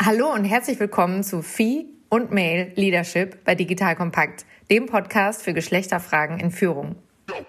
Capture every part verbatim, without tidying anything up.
Hallo und herzlich willkommen zu Phi und Mail Leadership bei Digital Kompakt, dem Podcast für Geschlechterfragen in Führung.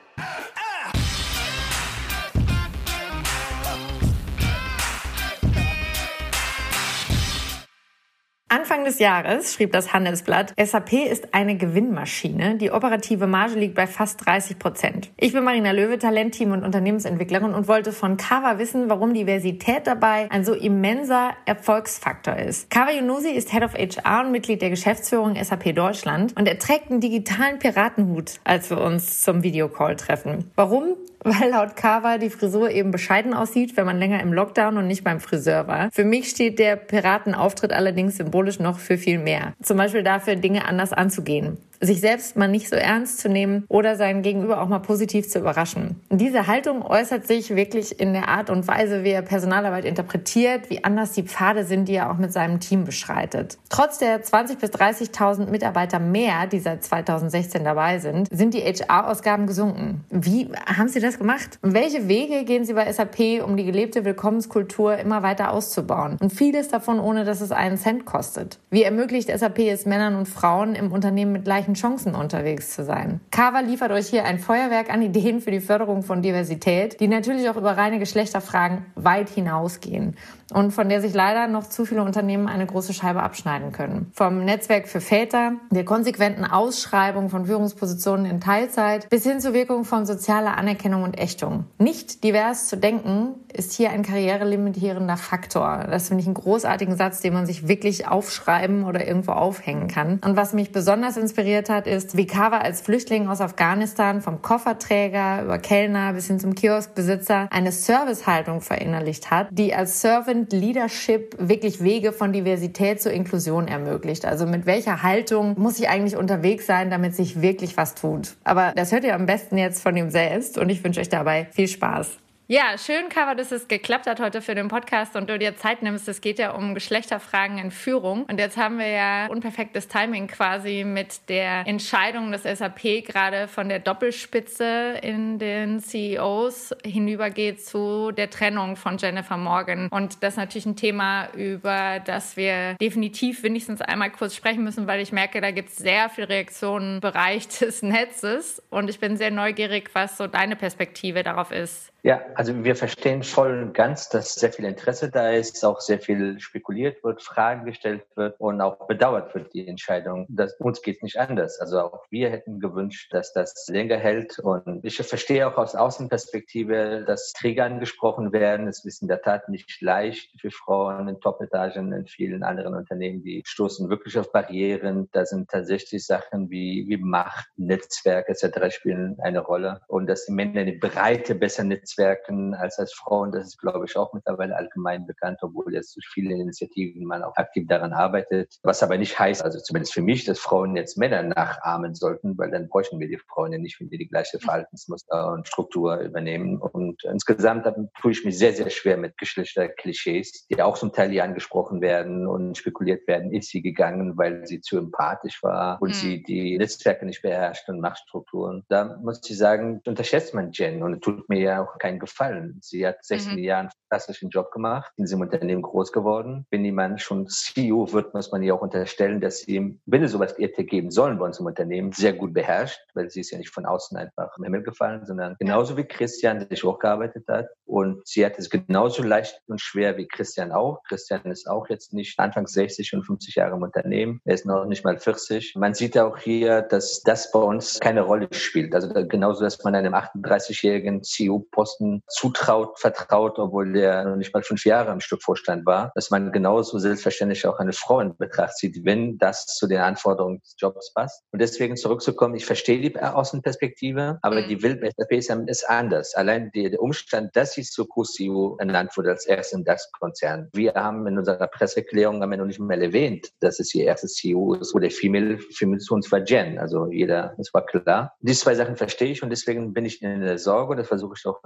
Anfang des Jahres schrieb das Handelsblatt, S A P ist eine Gewinnmaschine, die operative Marge liegt bei fast dreißig Prozent. Ich bin Marina Löwe, Talentteam und Unternehmensentwicklerin und wollte von Kawa wissen, warum Diversität dabei ein so immenser Erfolgsfaktor ist. Kawa Yunusi ist Head of H R und Mitglied der Geschäftsführung S A P Deutschland und er trägt einen digitalen Piratenhut, als wir uns zum Videocall treffen. Warum? Weil laut Kawa die Frisur eben bescheiden aussieht, wenn man länger im Lockdown und nicht beim Friseur war. Für mich steht der Piratenauftritt allerdings symbolisch noch für viel mehr. Zum Beispiel dafür, Dinge anders anzugehen, sich selbst mal nicht so ernst zu nehmen oder sein Gegenüber auch mal positiv zu überraschen. Und diese Haltung äußert sich wirklich in der Art und Weise, wie er Personalarbeit interpretiert, wie anders die Pfade sind, die er auch mit seinem Team beschreitet. Trotz der zwanzigtausend bis dreißigtausend Mitarbeiter mehr, die seit zweitausendsechzehn dabei sind, sind die H R-Ausgaben gesunken. Wie haben Sie das gemacht? Und welche Wege gehen Sie bei S A P, um die gelebte Willkommenskultur immer weiter auszubauen? Und vieles davon, ohne dass es einen Cent kostet. Wie ermöglicht S A P es Männern und Frauen im Unternehmen mit gleichen Chancen unterwegs zu sein? Kawa liefert euch hier ein Feuerwerk an Ideen für die Förderung von Diversität, die natürlich auch über reine Geschlechterfragen weit hinausgehen und von der sich leider noch zu viele Unternehmen eine große Scheibe abschneiden können. Vom Netzwerk für Väter, der konsequenten Ausschreibung von Führungspositionen in Teilzeit bis hin zur Wirkung von sozialer Anerkennung und Ächtung. Nicht divers zu denken ist hier ein karrierelimitierender Faktor. Das finde ich einen großartigen Satz, den man sich wirklich aufschreiben oder irgendwo aufhängen kann. Und was mich besonders inspiriert hat, ist, wie Kawa als Flüchtling aus Afghanistan vom Kofferträger über Kellner bis hin zum Kioskbesitzer eine Servicehaltung verinnerlicht hat, die als Servant Leadership wirklich Wege von Diversität zur Inklusion ermöglicht. Also mit welcher Haltung muss ich eigentlich unterwegs sein, damit sich wirklich was tut? Aber das hört ihr am besten jetzt von ihm selbst und ich wünsche euch dabei viel Spaß. Ja, schön, Kawa, dass es geklappt hat heute für den Podcast und du dir Zeit nimmst. Es geht ja um Geschlechterfragen in Führung. Und jetzt haben wir ja unperfektes Timing quasi mit der Entscheidung des S A P gerade von der Doppelspitze in den C E Os hinübergeht zu der Trennung von Jennifer Morgan. Und das ist natürlich ein Thema, über das wir definitiv wenigstens einmal kurz sprechen müssen, weil ich merke, da gibt es sehr viele Reaktionen im Bereich des Netzes. Und ich bin sehr neugierig, was so deine Perspektive darauf ist. Ja, also wir verstehen voll und ganz, dass sehr viel Interesse da ist, auch sehr viel spekuliert wird, Fragen gestellt wird und auch bedauert wird, die Entscheidung. Das, uns geht es nicht anders. Also auch wir hätten gewünscht, dass das länger hält. Und ich verstehe auch aus Außenperspektive, dass Kriege angesprochen werden. Es ist in der Tat nicht leicht für Frauen in Top-Etagen in vielen anderen Unternehmen. Die stoßen wirklich auf Barrieren. Da sind tatsächlich Sachen wie, wie Macht, Netzwerk et cetera spielen eine Rolle. Und dass die Männer eine breite, besser Netzwerken als als Frauen, das ist, glaube ich, auch mittlerweile allgemein bekannt, obwohl jetzt durch viele Initiativen man auch aktiv daran arbeitet. Was aber nicht heißt, also zumindest für mich, dass Frauen jetzt Männer nachahmen sollten, weil dann bräuchten wir die Frauen ja nicht, wenn die die gleiche Verhaltensmuster und Struktur übernehmen. Und insgesamt tue ich mich sehr, sehr schwer mit Geschlechterklischees, die auch zum Teil hier angesprochen werden und spekuliert werden, ist sie gegangen, weil sie zu empathisch war und mhm. sie die Netzwerke nicht beherrscht und Machtstrukturen. Da muss ich sagen, unterschätzt man Jen und tut mir ja auch keinen Gefallen. Sie hat sechzehn mhm. Jahre einen fantastischen Job gemacht, in diesem Unternehmen groß geworden. Wenn jemand schon C E O wird, muss man ihr auch unterstellen, dass sie, wenn es sowas hätte geben sollen bei uns im Unternehmen, sehr gut beherrscht, weil sie ist ja nicht von außen einfach im Himmel gefallen, sondern genauso wie Christian sich hochgearbeitet hat. Und sie hat es genauso leicht und schwer wie Christian auch. Christian ist auch jetzt nicht Anfang sechzig und fünfzig Jahre im Unternehmen. Er ist noch nicht mal vierzig. Man sieht auch hier, dass das bei uns keine Rolle spielt. Also genauso, dass man einem achtunddreißigjährigen C E O-Posten zutraut, vertraut, obwohl der noch nicht mal fünf Jahre im Stück Vorstand war, dass man genauso selbstverständlich auch eine Frau in Betracht zieht, wenn das zu den Anforderungen des Jobs passt. Und deswegen zurückzukommen, ich verstehe die Außenperspektive, aber die Welt bei S A P ist anders. Allein der Umstand, dass sie zur Co-C E O ernannt wurde als erstes im DAX-Konzern. Wir haben in unserer Presseerklärung haben wir noch nicht mal erwähnt, dass es ihr erstes C E O ist, wo der Female, Female zu uns war Jen. Also jeder, das war klar. Diese zwei Sachen verstehe ich und deswegen bin ich in der Sorge und das versuche ich auch entgegenzuwirken,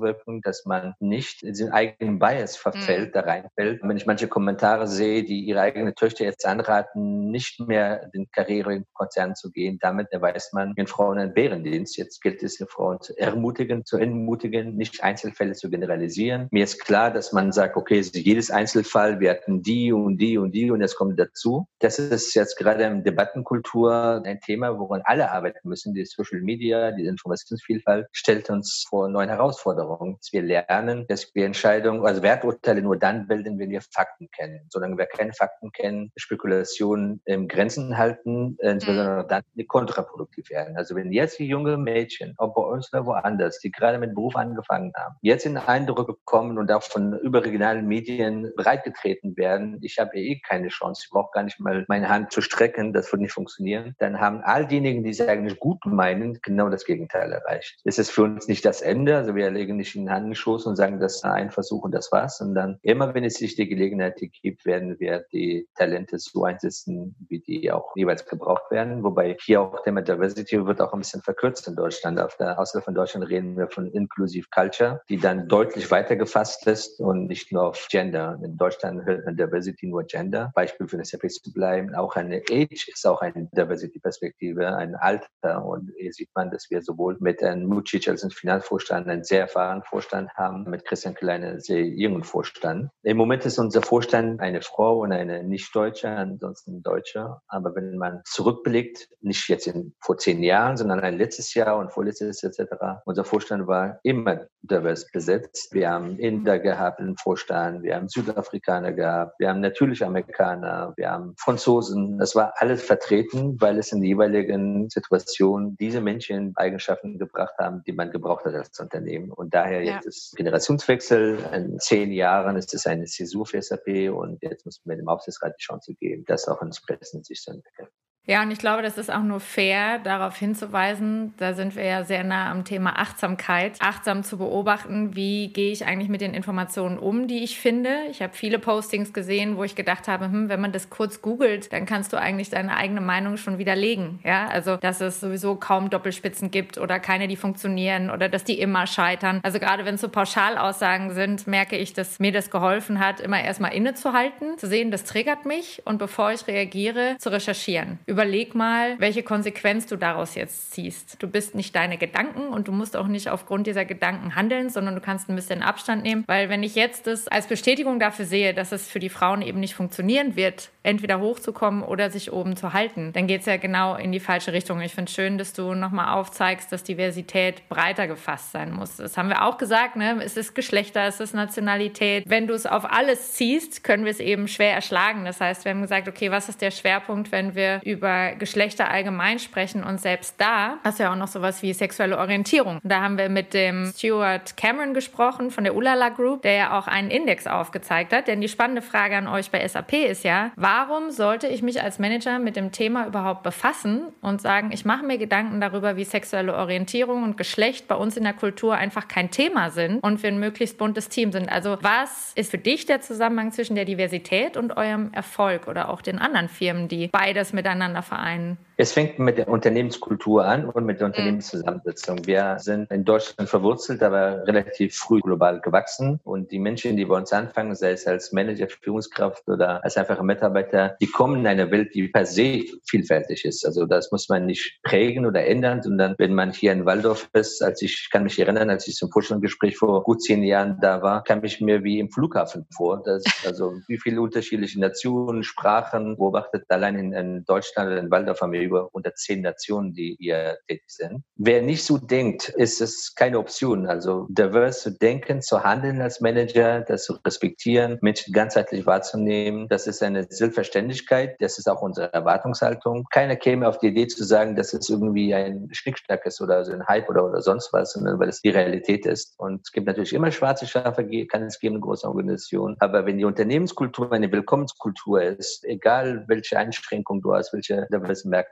entgegenzuwirken, dass man nicht in den eigenen Bias verfällt, mhm. da reinfällt. Und wenn ich manche Kommentare sehe, die ihre eigenen Töchter jetzt anraten, nicht mehr den Karrierekonzern zu gehen, damit erweist man den Frauen einen Bärendienst. Jetzt gilt es, die Frauen zu ermutigen, zu entmutigen, nicht Einzelfälle zu generalisieren. Mir ist klar, dass man sagt, okay, jedes Einzelfall, wir hatten die und die und die und jetzt kommt dazu. Das ist jetzt gerade in Debattenkultur ein Thema, woran alle arbeiten müssen. Die Social Media, die Informationsvielfalt stellt uns vor neuen Herausforderungen. Dass wir lernen, dass wir Entscheidungen, also Werturteile nur dann bilden, wenn wir Fakten kennen. Solange wir keine Fakten kennen, Spekulationen im Grenzen halten, insbesondere dann kontraproduktiv werden. Also wenn jetzt die junge Mädchen, ob bei uns oder woanders, die gerade mit Beruf angefangen haben, jetzt in Eindrücke kommen und auch von überregionalen Medien breitgetreten werden, ich habe eh keine Chance, ich brauche gar nicht mal meine Hand zu strecken, das wird nicht funktionieren, dann haben all diejenigen, die es eigentlich gut meinen, genau das Gegenteil erreicht. Es ist für uns nicht das Ende, also wir legen nicht in den Handenschoß und sagen, das ist ein Versuch und das war's, sondern immer, wenn es sich die Gelegenheit gibt, werden wir die Talente so einsetzen, wie die auch jeweils gebraucht werden, wobei hier auch Thema Diversity wird auch ein bisschen verkürzt in Deutschland. Auf der außerhalb von Deutschland reden wir von Inclusive Culture, die dann deutlich weiter gefasst ist und nicht nur auf Gender. In Deutschland hört man Diversity nur Gender. Beispiel für das S A P zu bleiben. Auch eine Age ist auch eine Diversity-Perspektive, ein Alter. Und hier sieht man, dass wir sowohl mit Herrn Mucic als Finanzvorstand einen sehr erfahrenen Vorstand haben, mit Christian Kleine einen sehr jungen Vorstand. Im Moment ist unser Vorstand eine Frau und eine Nicht-Deutsche, ansonsten ein Deutscher. Aber wenn man zurückblickt, nicht jetzt in, vor zehn Jahren, sondern ein letztes Jahr und vorletztes et cetera. Unser Vorstand war immer divers besetzt. Wir haben Inder gehabt im Vorstand, wir haben Südafrikaner gehabt, wir haben natürlich Amerikaner, wir haben Franzosen. Das war alles vertreten, weil es in der jeweiligen Situation diese Menschen Eigenschaften gebracht haben, die man gebraucht hat als Unternehmen. Und daher ja. Jetzt ist Generationswechsel. In zehn Jahren ist es eine Zäsur für S A P und jetzt müssen wir dem Aufsichtsrat die Chance geben, das auch entsprechend sich zu entwickeln. Ja, und ich glaube, das ist auch nur fair, darauf hinzuweisen, da sind wir ja sehr nah am Thema Achtsamkeit, achtsam zu beobachten, wie gehe ich eigentlich mit den Informationen um, die ich finde. Ich habe viele Postings gesehen, wo ich gedacht habe, hm, wenn man das kurz googelt, dann kannst du eigentlich deine eigene Meinung schon widerlegen. Ja, also, dass es sowieso kaum Doppelspitzen gibt oder keine, die funktionieren oder dass die immer scheitern. Also gerade wenn es so Pauschalaussagen sind, merke ich, dass mir das geholfen hat, immer erstmal innezuhalten, zu sehen, das triggert mich und bevor ich reagiere, zu recherchieren. Überleg mal, welche Konsequenz du daraus jetzt ziehst. Du bist nicht deine Gedanken und du musst auch nicht aufgrund dieser Gedanken handeln, sondern du kannst ein bisschen Abstand nehmen, weil wenn ich jetzt das als Bestätigung dafür sehe, dass es für die Frauen eben nicht funktionieren wird, entweder hochzukommen oder sich oben zu halten, dann geht es ja genau in die falsche Richtung. Ich finde es schön, dass du nochmal aufzeigst, dass Diversität breiter gefasst sein muss. Das haben wir auch gesagt, ne? Es ist Geschlechter, es ist Nationalität. Wenn du es auf alles ziehst, können wir es eben schwer erschlagen. Das heißt, wir haben gesagt, okay, was ist der Schwerpunkt, wenn wir über Geschlechter allgemein sprechen und selbst da hast du ja auch noch sowas wie sexuelle Orientierung. Da haben wir mit dem Stuart Cameron gesprochen von der Ulala Group, der ja auch einen Index aufgezeigt hat. Denn die spannende Frage an euch bei S A P ist ja, warum sollte ich mich als Manager mit dem Thema überhaupt befassen und sagen, ich mache mir Gedanken darüber, wie sexuelle Orientierung und Geschlecht bei uns in der Kultur einfach kein Thema sind und wir ein möglichst buntes Team sind. Also was ist für dich der Zusammenhang zwischen der Diversität und eurem Erfolg oder auch den anderen Firmen, die beides miteinander vereinen? Es fängt mit der Unternehmenskultur an und mit der Unternehmenszusammensetzung. Wir sind in Deutschland verwurzelt, aber relativ früh global gewachsen. Und die Menschen, die bei uns anfangen, sei es als Manager, Führungskraft oder als einfache Mitarbeiter, die kommen in eine Welt, die per se vielfältig ist. Also das muss man nicht prägen oder ändern, sondern wenn man hier in Walldorf ist, als ich kann mich erinnern, als ich zum Vorstellungsgespräch vor gut zehn Jahren da war, kam ich mir wie im Flughafen vor. Das, also wie viele unterschiedliche Nationen, Sprachen beobachtet. Allein in, in Deutschland oder in Walldorf haben wir über hundertzehn Nationen, die hier tätig sind. Wer nicht so denkt, ist es keine Option. Also divers zu denken, zu handeln als Manager, das zu respektieren, Menschen ganzheitlich wahrzunehmen, das ist eine Selbstverständlichkeit, das ist auch unsere Erwartungshaltung. Keiner käme auf die Idee zu sagen, dass es irgendwie ein Schnickschnack ist oder so ein Hype oder, oder sonst was, sondern weil es die Realität ist. Und es gibt natürlich immer schwarze Schafe, kann es geben in großen Organisationen. Aber wenn die Unternehmenskultur eine Willkommenskultur ist, egal welche Einschränkung du hast, welche diversen Merkmale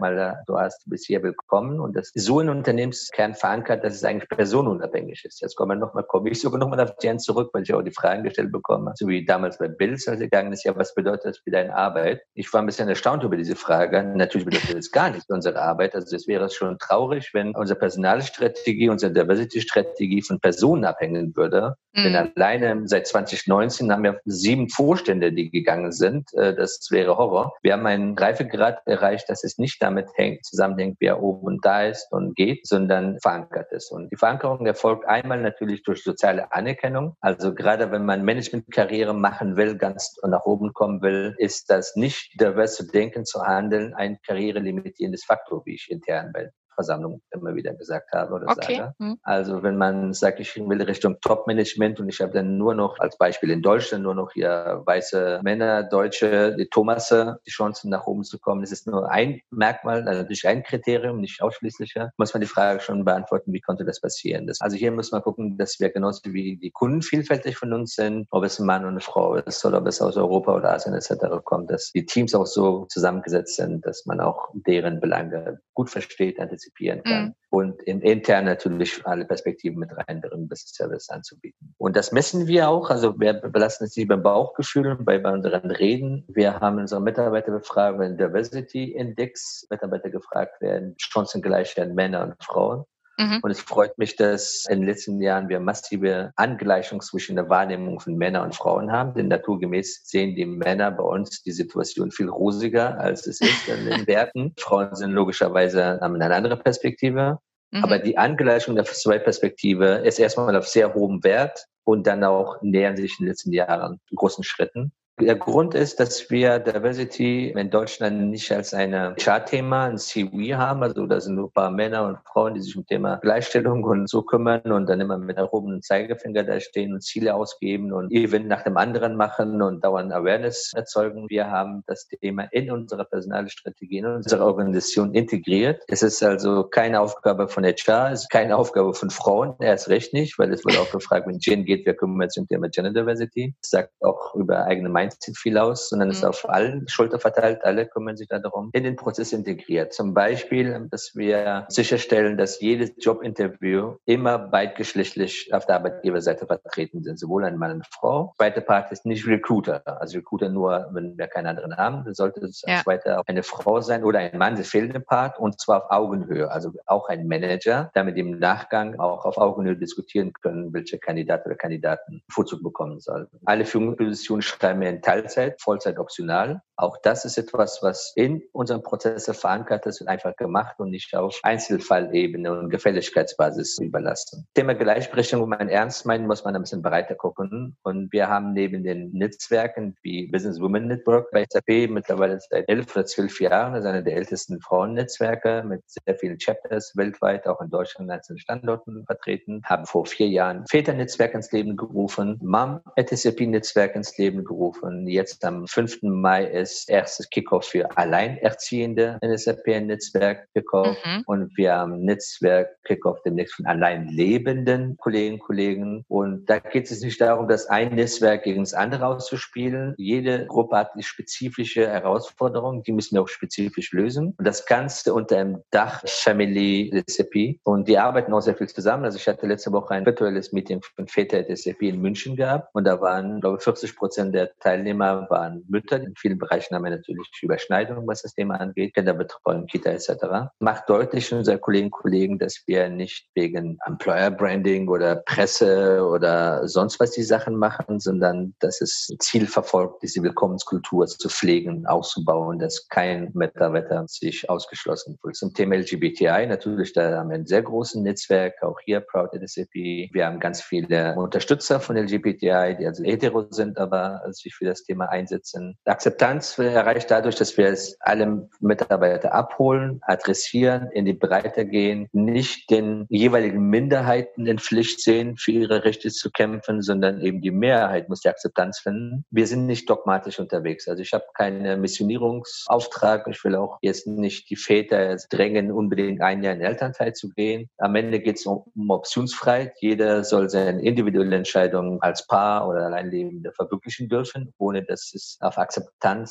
mal, du hast, du bist hier willkommen. Und das ist so in Unternehmenskern verankert, dass es eigentlich personenunabhängig ist. Jetzt kommen wir nochmal, komme ich sogar nochmal auf Jen zurück, weil ich auch die Fragen gestellt bekomme, so wie damals bei Bills, als ich gegangen ist, ja, was bedeutet das für deine Arbeit? Ich war ein bisschen erstaunt über diese Frage. Natürlich bedeutet das gar nichts für unsere Arbeit. Also es wäre schon traurig, wenn unsere Personalstrategie, unsere Diversity-Strategie von Personen abhängen würde. Mhm. Denn alleine seit zwanzig neunzehn haben wir sieben Vorstände, die gegangen sind. Das wäre Horror. Wir haben einen Reifegrad erreicht, dass es nicht damit hängt, zusammenhängt, wer oben da ist und geht, sondern verankert ist. Und die Verankerung erfolgt einmal natürlich durch soziale Anerkennung. Also gerade wenn man Managementkarriere machen will, ganz nach oben kommen will, ist das nicht divers zu denken, zu handeln, ein karrierelimitierendes Faktor, wie ich intern bei Versammlung immer wieder gesagt habe oder okay. sage. Hm. Also wenn man sagt, ich will Richtung Top-Management und ich habe dann nur noch als Beispiel in Deutschland nur noch hier weiße Männer, Deutsche, die Thomasse, die Chancen nach oben zu kommen, das ist nur ein Merkmal, also natürlich ein Kriterium, nicht ausschließlicher, muss man die Frage schon beantworten, wie konnte das passieren. Das, also hier muss man gucken, dass wir genauso wie die Kunden vielfältig von uns sind, ob es ein Mann und eine Frau ist oder ob es aus Europa oder Asien et cetera kommt, dass die Teams auch so zusammengesetzt sind, dass man auch deren Belange gut versteht, antizipieren kann mhm. und im intern natürlich alle Perspektiven mit reinbringen, Business Service anzubieten. Und das messen wir auch, also wir belassen es nicht beim Bauchgefühl, bei unseren Reden. Wir haben unsere Mitarbeiter befragt, wenn Diversity Index Mitarbeiter gefragt werden, Chancengleichheit Männer und Frauen. Mhm. Und es freut mich, dass in den letzten Jahren wir massive Angleichung zwischen der Wahrnehmung von Männern und Frauen haben. Denn naturgemäß sehen die Männer bei uns die Situation viel rosiger, als es ist in den Werten. Frauen sind logischerweise haben eine andere Perspektive. Mhm. Aber die Angleichung der zwei Perspektive ist erstmal auf sehr hohem Wert und dann auch nähern sich in den letzten Jahren in großen Schritten. Der Grund ist, dass wir Diversity in Deutschland nicht als ein Chart-Thema, ein C V haben. Also da sind nur ein paar Männer und Frauen, die sich um Thema Gleichstellung und so kümmern und dann immer mit erhobenem Zeigefinger da stehen und Ziele ausgeben und Event nach dem anderen machen und dauernd Awareness erzeugen. Wir haben das Thema in unserer Personalstrategie, in unserer Organisation integriert. Es ist also keine Aufgabe von H R, es ist keine Aufgabe von Frauen, erst recht nicht, weil es wurde auch gefragt, wenn Jen geht, wir kümmern uns um Thema Gender Diversity. Das sagt auch über eigene Meinung sieht viel aus, sondern es ist auf allen Schulter verteilt, alle kümmern sich darum, in den Prozess integriert. Zum Beispiel, dass wir sicherstellen, dass jedes Jobinterview immer beidgeschlechtlich auf der Arbeitgeberseite vertreten sind, sowohl ein Mann und eine Frau. Zweite Part ist nicht Recruiter, also Recruiter nur, wenn wir keinen anderen haben, dann sollte es ja. als zweiter eine Frau sein oder ein Mann, das fehlende Part, und zwar auf Augenhöhe, also auch ein Manager, damit im Nachgang auch auf Augenhöhe diskutieren können, welche Kandidat oder Kandidaten Vorzug bekommen sollten. Alle Führungspositionen schreiben wir in Teilzeit, Vollzeit optional. Auch das ist etwas, was in unserem Prozess verankert ist und einfach gemacht und nicht auf Einzelfallebene und Gefälligkeitsbasis überlassen. Thema Gleichberechtigung, wenn man ernst meint, muss man ein bisschen breiter gucken. Und wir haben neben den Netzwerken wie Business Women Network bei S A P mittlerweile seit elf oder zwölf Jahren, das ist einer der ältesten Frauennetzwerke mit sehr vielen Chapters weltweit, auch in Deutschland an einzelnen Standorten vertreten, haben vor vier Jahren Väternetzwerk ins Leben gerufen, Mom at S A P Netzwerk ins Leben gerufen. Jetzt am fünften Mai ist erstes Kickoff für Alleinerziehende in S A P-Netzwerk Kickoff mhm. und wir haben Netzwerk Kickoff demnächst von alleinlebenden Kolleginnen und Kollegen. Und da geht es nicht darum, das ein Netzwerk gegen das andere auszuspielen. Jede Gruppe hat eine spezifische Herausforderung, die müssen wir auch spezifisch lösen. Und das Ganze unter einem Dach Family S A P. Und die arbeiten auch sehr viel zusammen. Also ich hatte letzte Woche ein virtuelles Meeting von Väter at S A P in München gehabt und da waren, glaube ich, vierzig Prozent der Teilnehmer waren Mütter. In vielen Bereichen haben wir natürlich Überschneidungen, was das Thema angeht, Kinderbetreuung, Kita et cetera. Macht deutlich unsere Kolleginnen und Kollegen, dass wir nicht wegen Employer Branding oder Presse oder sonst was die Sachen machen, sondern dass es Ziel verfolgt, diese Willkommenskultur zu pflegen, auszubauen, dass kein Mitarbeiter sich ausgeschlossen fühlt. Zum Thema L G B T I, natürlich, da haben wir ein sehr großes Netzwerk, auch hier Proud at S A P. Wir haben ganz viele Unterstützer von L G B T I, die also hetero sind, aber sich für das Thema einsetzen. Akzeptanz erreicht dadurch, dass wir es alle Mitarbeiter abholen, adressieren, in die Breite gehen, nicht den jeweiligen Minderheiten in Pflicht sehen, für ihre Rechte zu kämpfen, sondern eben die Mehrheit muss die Akzeptanz finden. Wir sind nicht dogmatisch unterwegs. Also ich habe keinen Missionierungsauftrag. Ich will auch jetzt nicht die Väter drängen, unbedingt ein Jahr in Elternzeit zu gehen. Am Ende geht es um, um Optionsfreiheit. Jeder soll seine individuelle Entscheidung als Paar oder Alleinlebende verwirklichen dürfen, ohne dass es auf Akzeptanz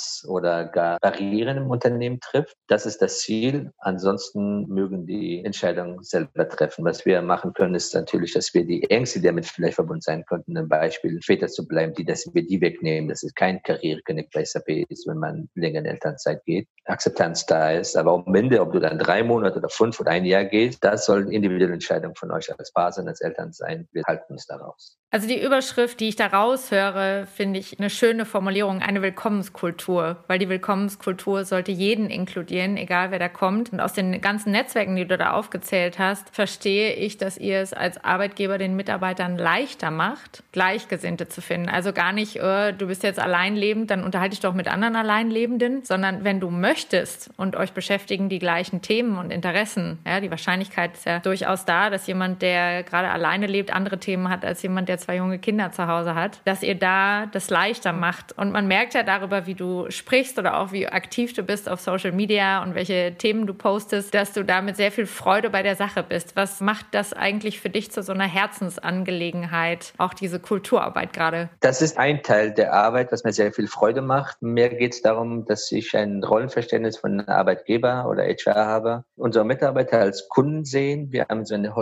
Trans- oder gar Barrieren im Unternehmen trifft. Das ist das Ziel. Ansonsten mögen die Entscheidungen selber treffen. Was wir machen können, ist natürlich, dass wir die Ängste, die damit vielleicht verbunden sein könnten, ein Beispiel später zu bleiben, die, dass wir die wegnehmen, dass es kein Karriereknick bei S A P ist, wenn man länger in Elternzeit geht, Akzeptanz da ist. Aber am Ende, ob du dann drei Monate oder fünf oder ein Jahr gehst, das soll eine individuelle Entscheidung von euch als Paar sein, als Eltern sein. Wir halten uns daraus. Also die Überschrift, die ich da raushöre, finde ich eine schöne Formulierung, eine Willkommenskultur, weil die Willkommenskultur sollte jeden inkludieren, egal wer da kommt. Und aus den ganzen Netzwerken, die du da aufgezählt hast, verstehe ich, dass ihr es als Arbeitgeber den Mitarbeitern leichter macht, Gleichgesinnte zu finden. Also gar nicht, äh, du bist jetzt alleinlebend, dann unterhalte dich doch mit anderen Alleinlebenden, sondern wenn du möchtest und euch beschäftigen die gleichen Themen und Interessen, ja, die Wahrscheinlichkeit ist ja durchaus da, dass jemand, der gerade alleine lebt, andere Themen hat als jemand, der zwei junge Kinder zu Hause hat, dass ihr da das leichter macht. Und man merkt ja darüber, wie du sprichst oder auch wie aktiv du bist auf Social Media und welche Themen du postest, dass du da mit sehr viel Freude bei der Sache bist. Was macht das eigentlich für dich zu so einer Herzensangelegenheit, auch diese Kulturarbeit gerade? Das ist ein Teil der Arbeit, was mir sehr viel Freude macht. Mir geht es darum, dass ich ein Rollenverständnis von Arbeitgeber oder H R habe. Unsere Mitarbeiter als Kunden sehen. Wir haben so eine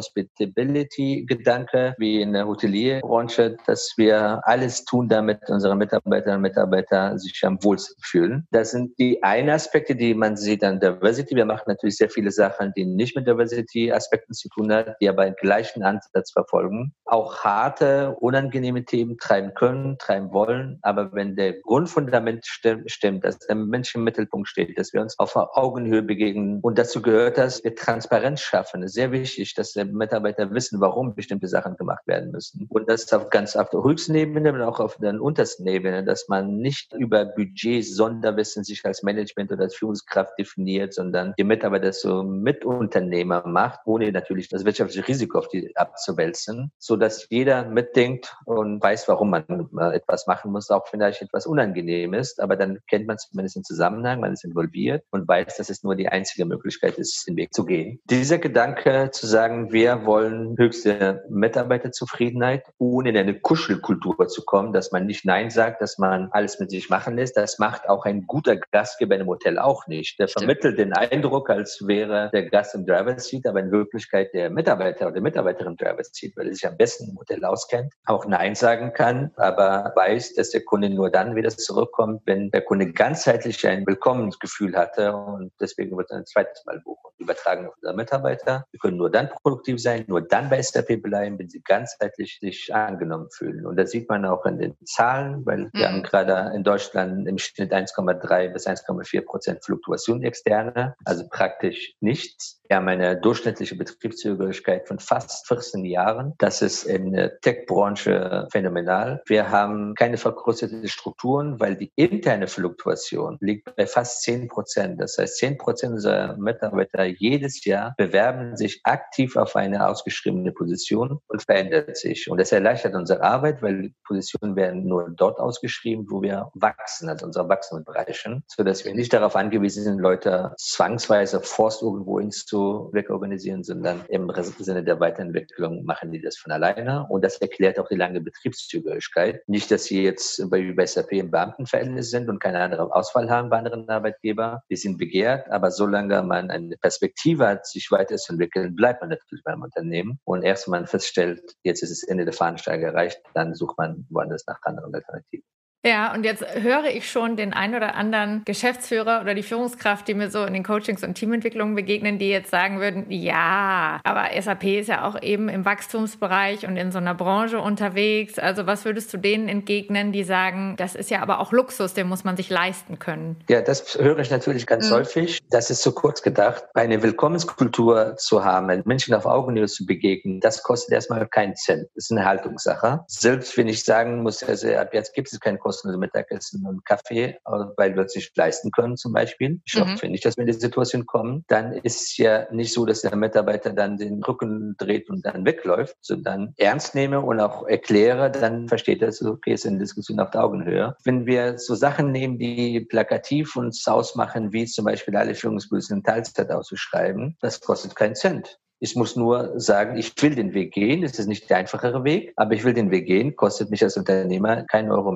Hospitality-Gedanke wie in der Hotelier Branche, dass wir alles tun, damit unsere Mitarbeiterinnen und Mitarbeiter sich am wohlsten fühlen. Das sind die einen Aspekte, die man sieht an Diversity. Wir machen natürlich sehr viele Sachen, die nicht mit Diversity-Aspekten zu tun haben, die aber den gleichen Ansatz verfolgen. Auch harte, unangenehme Themen treiben können, treiben wollen. Aber wenn der Grundfundament stimmt, dass der Mensch im Mittelpunkt steht, dass wir uns auf Augenhöhe begegnen und dazu gehört, dass wir Transparenz schaffen. Es ist sehr wichtig, dass die Mitarbeiter wissen, warum bestimmte Sachen gemacht werden müssen. Und das ist auf ganz auf der höchsten Ebene, aber auch auf der untersten Ebene, dass man nicht über Budget, Sonderwissen sich als Management oder als Führungskraft definiert, sondern die Mitarbeiter so Mitunternehmer macht, ohne natürlich das wirtschaftliche Risiko auf die abzuwälzen, so dass jeder mitdenkt und weiß, warum man etwas machen muss, auch vielleicht etwas unangenehm ist, aber dann kennt man zumindest den Zusammenhang, man ist involviert und weiß, dass es nur die einzige Möglichkeit ist, den Weg zu gehen. Dieser Gedanke zu sagen, wir wollen höchste Mitarbeiterzufriedenheit, ohne in eine Kuschelkultur zu kommen, dass man nicht Nein sagt, dass man alles mit sich machen lässt. Das macht auch ein guter Gastgeber in einem Hotel auch nicht. Der vermittelt den Eindruck, als wäre der Gast im Driver's Seat, aber in Wirklichkeit der Mitarbeiter oder Mitarbeiterin im Driver's Seat, weil er sich am besten im Hotel auskennt, auch Nein sagen kann, aber weiß, dass der Kunde nur dann wieder zurückkommt, wenn der Kunde ganzheitlich ein Willkommensgefühl hatte und deswegen wird er ein zweites Mal buchen. Übertragen auf unsere Mitarbeiter. Wir können nur dann produktiv sein, nur dann bei S A P bleiben, wenn sie ganzheitlich sich angenommen fühlen. Und das sieht man auch in den Zahlen, weil wir mhm. haben gerade in Deutschland im Schnitt eins Komma drei bis eins Komma vier Prozent Fluktuation externe, also praktisch nichts. Wir haben eine durchschnittliche Betriebszugehörigkeit von fast vierzehn Jahren. Das ist in der Tech-Branche phänomenal. Wir haben keine verkrusteten Strukturen, weil die interne Fluktuation liegt bei fast zehn Prozent. Das heißt, zehn Prozent unserer Mitarbeiter jedes Jahr bewerben sich aktiv auf eine ausgeschriebene Position und verändert sich. Und das erleichtert unsere Arbeit, weil die Positionen werden nur dort ausgeschrieben, wo wir wachsen, also unsere Wachstumsbereichen, sodass wir nicht darauf angewiesen sind, Leute zwangsweise forst irgendwo hin zu wegorganisieren, sondern im Sinne der Weiterentwicklung machen die das von alleine. Und das erklärt auch die lange Betriebszugehörigkeit. Nicht, dass sie jetzt bei, bei S A P im Beamtenverhältnis sind und keine andere Auswahl haben bei anderen Arbeitgebern. Die sind begehrt, aber solange man eine Perspektive hat, sich weiterzuentwickeln, bleibt man natürlich beim Unternehmen. Und erst wenn man feststellt, jetzt ist das Ende der Fahnensteige erreicht, dann sucht man woanders nach anderen Alternativen. Ja, und jetzt höre ich schon den ein oder anderen Geschäftsführer oder die Führungskraft, die mir so in den Coachings und Teamentwicklungen begegnen, die jetzt sagen würden, ja, aber S A P ist ja auch eben im Wachstumsbereich und in so einer Branche unterwegs. Also was würdest du denen entgegnen, die sagen, das ist ja aber auch Luxus, den muss man sich leisten können? Ja, das höre ich natürlich ganz mhm. häufig. Das ist zu kurz gedacht. Eine Willkommenskultur zu haben, Menschen auf Augenhöhe zu begegnen, das kostet erstmal keinen Cent. Das ist eine Haltungssache. Selbst wenn ich sagen muss, also ab jetzt gibt es kein kostenloses Mittagessen und Kaffee, weil wir es nicht leisten können zum Beispiel. Ich hoffe mhm. nicht, dass wir in die Situation kommen. Dann ist es ja nicht so, dass der Mitarbeiter dann den Rücken dreht und dann wegläuft, sondern ernst nehme und auch erkläre, dann versteht er so, okay, es ist eine Diskussion auf der Augenhöhe. Wenn wir so Sachen nehmen, die plakativ uns ausmachen, wie zum Beispiel alle Führungspositionen in Teilzeit auszuschreiben, das kostet keinen Cent. Ich muss nur sagen, ich will den Weg gehen. Es ist nicht der einfachere Weg, aber ich will den Weg gehen, kostet mich als Unternehmer keinen Euro mehr.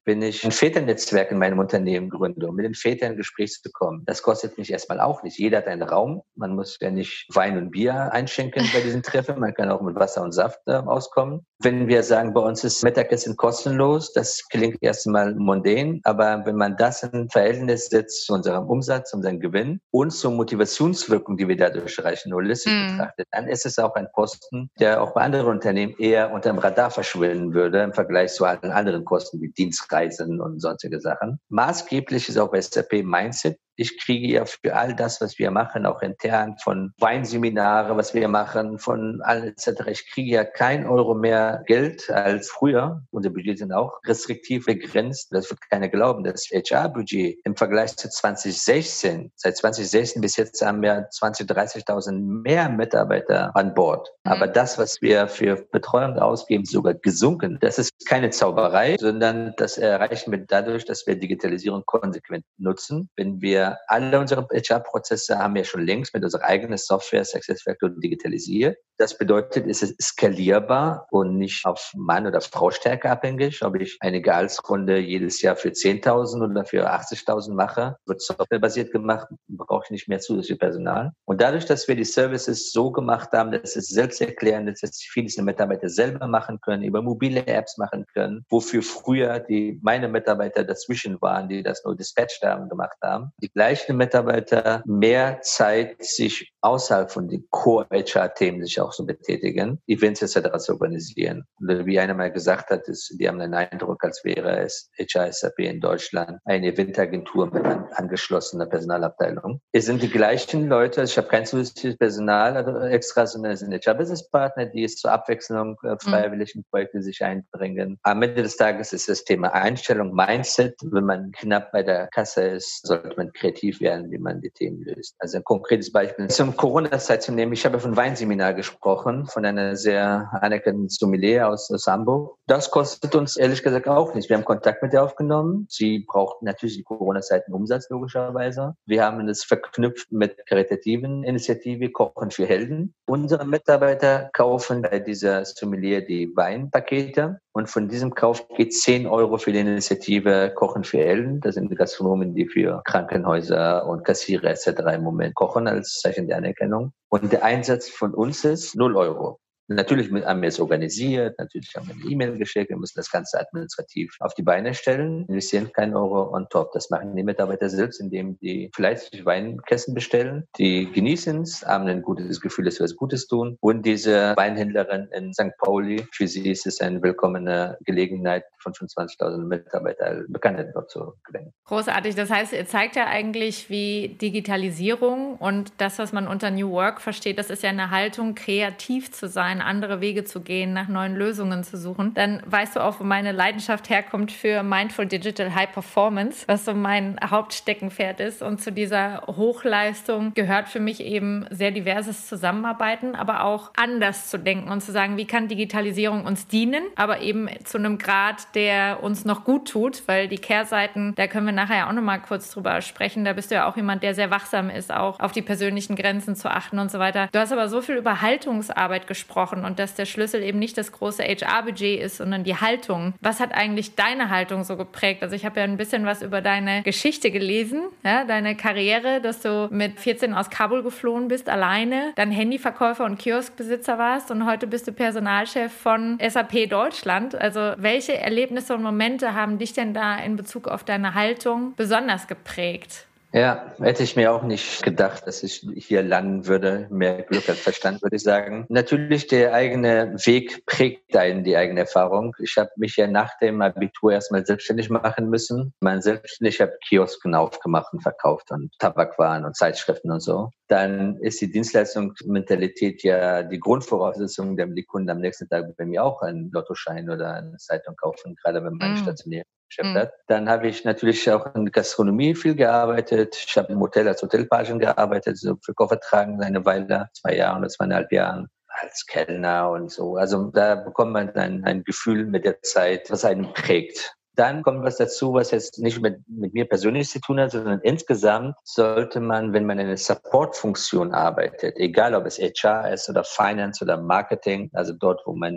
Wenn ich ein Väternetzwerk in meinem Unternehmen gründe, um mit den Vätern in Gespräch zu kommen, das kostet mich erstmal auch nicht. Jeder hat einen Raum. Man muss ja nicht Wein und Bier einschenken bei diesen Treffen. Man kann auch mit Wasser und Saft äh, auskommen. Wenn wir sagen, bei uns ist Mittagessen kostenlos, das klingt erstmal mundän, aber wenn man das in Verhältnis setzt zu unserem Umsatz, zu unserem Gewinn und zur Motivationswirkung, die wir dadurch erreichen, holistisch mm. betrachtet, dann ist es auch ein Posten, der auch bei anderen Unternehmen eher unter dem Radar verschwinden würde im Vergleich zu allen anderen Kosten wie Dienstreisen und sonstige Sachen. Maßgeblich ist auch bei S A P Mindset. Ich kriege ja für all das, was wir machen, auch intern von Weinseminare, was wir machen, von allem et cetera. Ich kriege ja kein Euro mehr Geld als früher. Unsere Budgets sind auch restriktiv begrenzt. Das wird keiner glauben. Das H R-Budget im Vergleich zu zwanzig sechzehn, seit zwanzig sechzehn bis jetzt haben wir zwanzig, dreißigtausend mehr Mitarbeiter an Bord. Mhm. Aber das, was wir für Betreuung ausgeben, ist sogar gesunken. Das ist keine Zauberei, sondern das erreichen wir dadurch, dass wir Digitalisierung konsequent nutzen. Wenn wir alle unsere H R-Prozesse haben wir schon längst mit unserer eigenen Software SuccessFactors digitalisiert. Das bedeutet, es ist skalierbar und nicht auf Mann- oder Frau-Stärke abhängig. Ob ich eine Gehaltsrunde jedes Jahr für zehntausend oder für achtzigtausend mache, wird softwarebasiert gemacht, brauche ich nicht mehr zusätzliches Personal. Und dadurch, dass wir die Services so gemacht haben, dass es selbsterklärend ist, dass viele Mitarbeiter selber machen können, über mobile Apps machen können, wofür früher die meine Mitarbeiter dazwischen waren, die das nur dispatcht haben, gemacht haben. Die gleichen Mitarbeiter mehr Zeit sich außerhalb von den Core-H R-Themen sich auch so betätigen, Events et cetera zu organisieren. Und wie einer mal gesagt hat, ist, die haben den Eindruck, als wäre es H R S A P in Deutschland eine Eventagentur mit an, angeschlossener Personalabteilung. Es sind die gleichen Leute, ich habe kein zusätzliches Personal also extra, sondern es sind H R-Business-Partner, die es zur Abwechslung äh, freiwillig in Projekte sich einbringen. Am Ende des Tages ist das Thema Einstellung, Mindset. Wenn man knapp bei der Kasse ist, sollte man kreativ werden, wie man die Themen löst. Also ein konkretes Beispiel zum Corona-Zeit zu nehmen. Ich habe von Weinseminar gesprochen, von einer sehr anerkannten Sommelier aus, aus Hamburg. Das kostet uns ehrlich gesagt auch nicht. Wir haben Kontakt mit ihr aufgenommen. Sie braucht natürlich die Corona-Zeit einen Umsatz, logischerweise. Wir haben es verknüpft mit karitativen Initiative Kochen für Helden. Unsere Mitarbeiter kaufen bei dieser Sommelier die Weinpakete. Und von diesem Kauf geht zehn Euro für die Initiative Kochen für Helden. Das sind die Gastronomen, die für Krankenhäuser und Kassierer et cetera im Moment kochen als Zeichen der Anerkennung. Und der Einsatz von uns ist null Euro. Natürlich haben wir es organisiert, natürlich haben wir eine E-Mail geschickt, wir müssen das Ganze administrativ auf die Beine stellen, investieren keinen Euro on top. Das machen die Mitarbeiter selbst, indem die fleißig Weinkästen bestellen. Die genießen es, haben ein gutes Gefühl, dass wir was Gutes tun. Und diese Weinhändlerin in Sankt Pauli, für sie ist es eine willkommene Gelegenheit, fünfundzwanzigtausend Mitarbeiter Bekanntheit dort zu gewinnen. Großartig. Das heißt, ihr zeigt ja eigentlich, wie Digitalisierung und das, was man unter New Work versteht, das ist ja eine Haltung, kreativ zu sein, andere Wege zu gehen, nach neuen Lösungen zu suchen. Dann weißt du auch, wo meine Leidenschaft herkommt für Mindful Digital High Performance, was so mein Hauptsteckenpferd ist. Und zu dieser Hochleistung gehört für mich eben sehr diverses Zusammenarbeiten, aber auch anders zu denken und zu sagen, wie kann Digitalisierung uns dienen, aber eben zu einem Grad, der uns noch gut tut, weil die Kehrseiten, da können wir nachher ja auch noch mal kurz drüber sprechen, da bist du ja auch jemand, der sehr wachsam ist, auch auf die persönlichen Grenzen zu achten und so weiter. Du hast aber so viel über Haltungsarbeit gesprochen und dass der Schlüssel eben nicht das große H R-Budget ist, sondern die Haltung. Was hat eigentlich deine Haltung so geprägt? Also ich habe ja ein bisschen was über deine Geschichte gelesen, ja, deine Karriere, dass du mit vierzehn aus Kabul geflohen bist, alleine, dann Handyverkäufer und Kioskbesitzer warst und heute bist du Personalchef von S A P Deutschland. Also welche Erlebnisse und Momente haben dich denn da in Bezug auf deine Haltung besonders geprägt? Ja, hätte ich mir auch nicht gedacht, dass ich hier landen würde. Mehr Glück als Verstand, würde ich sagen. Natürlich, der eigene Weg prägt einen, die eigene Erfahrung. Ich habe mich ja nach dem Abitur erstmal selbstständig machen müssen. Man selbstständig, ich habe Kiosken aufgemacht und verkauft und Tabakwaren und Zeitschriften und so. Dann ist die Dienstleistungsmentalität ja die Grundvoraussetzung, damit die Kunden am nächsten Tag bei mir auch einen Lottoschein oder eine Zeitung kaufen, gerade wenn man mm. stationär Geschäft hat. Dann habe ich natürlich auch in Gastronomie viel gearbeitet. Ich habe im Hotel als Hotelpagen gearbeitet, so für Koffertragen eine Weile, zwei Jahre oder zweieinhalb Jahren als Kellner und so. Also da bekommt man ein, ein Gefühl mit der Zeit, was einen prägt. Dann kommt was dazu, was jetzt nicht mit, mit mir persönlich zu tun hat, sondern insgesamt sollte man, wenn man in einer Support-Funktion arbeitet, egal ob es H R ist oder Finance oder Marketing, also dort, wo man nicht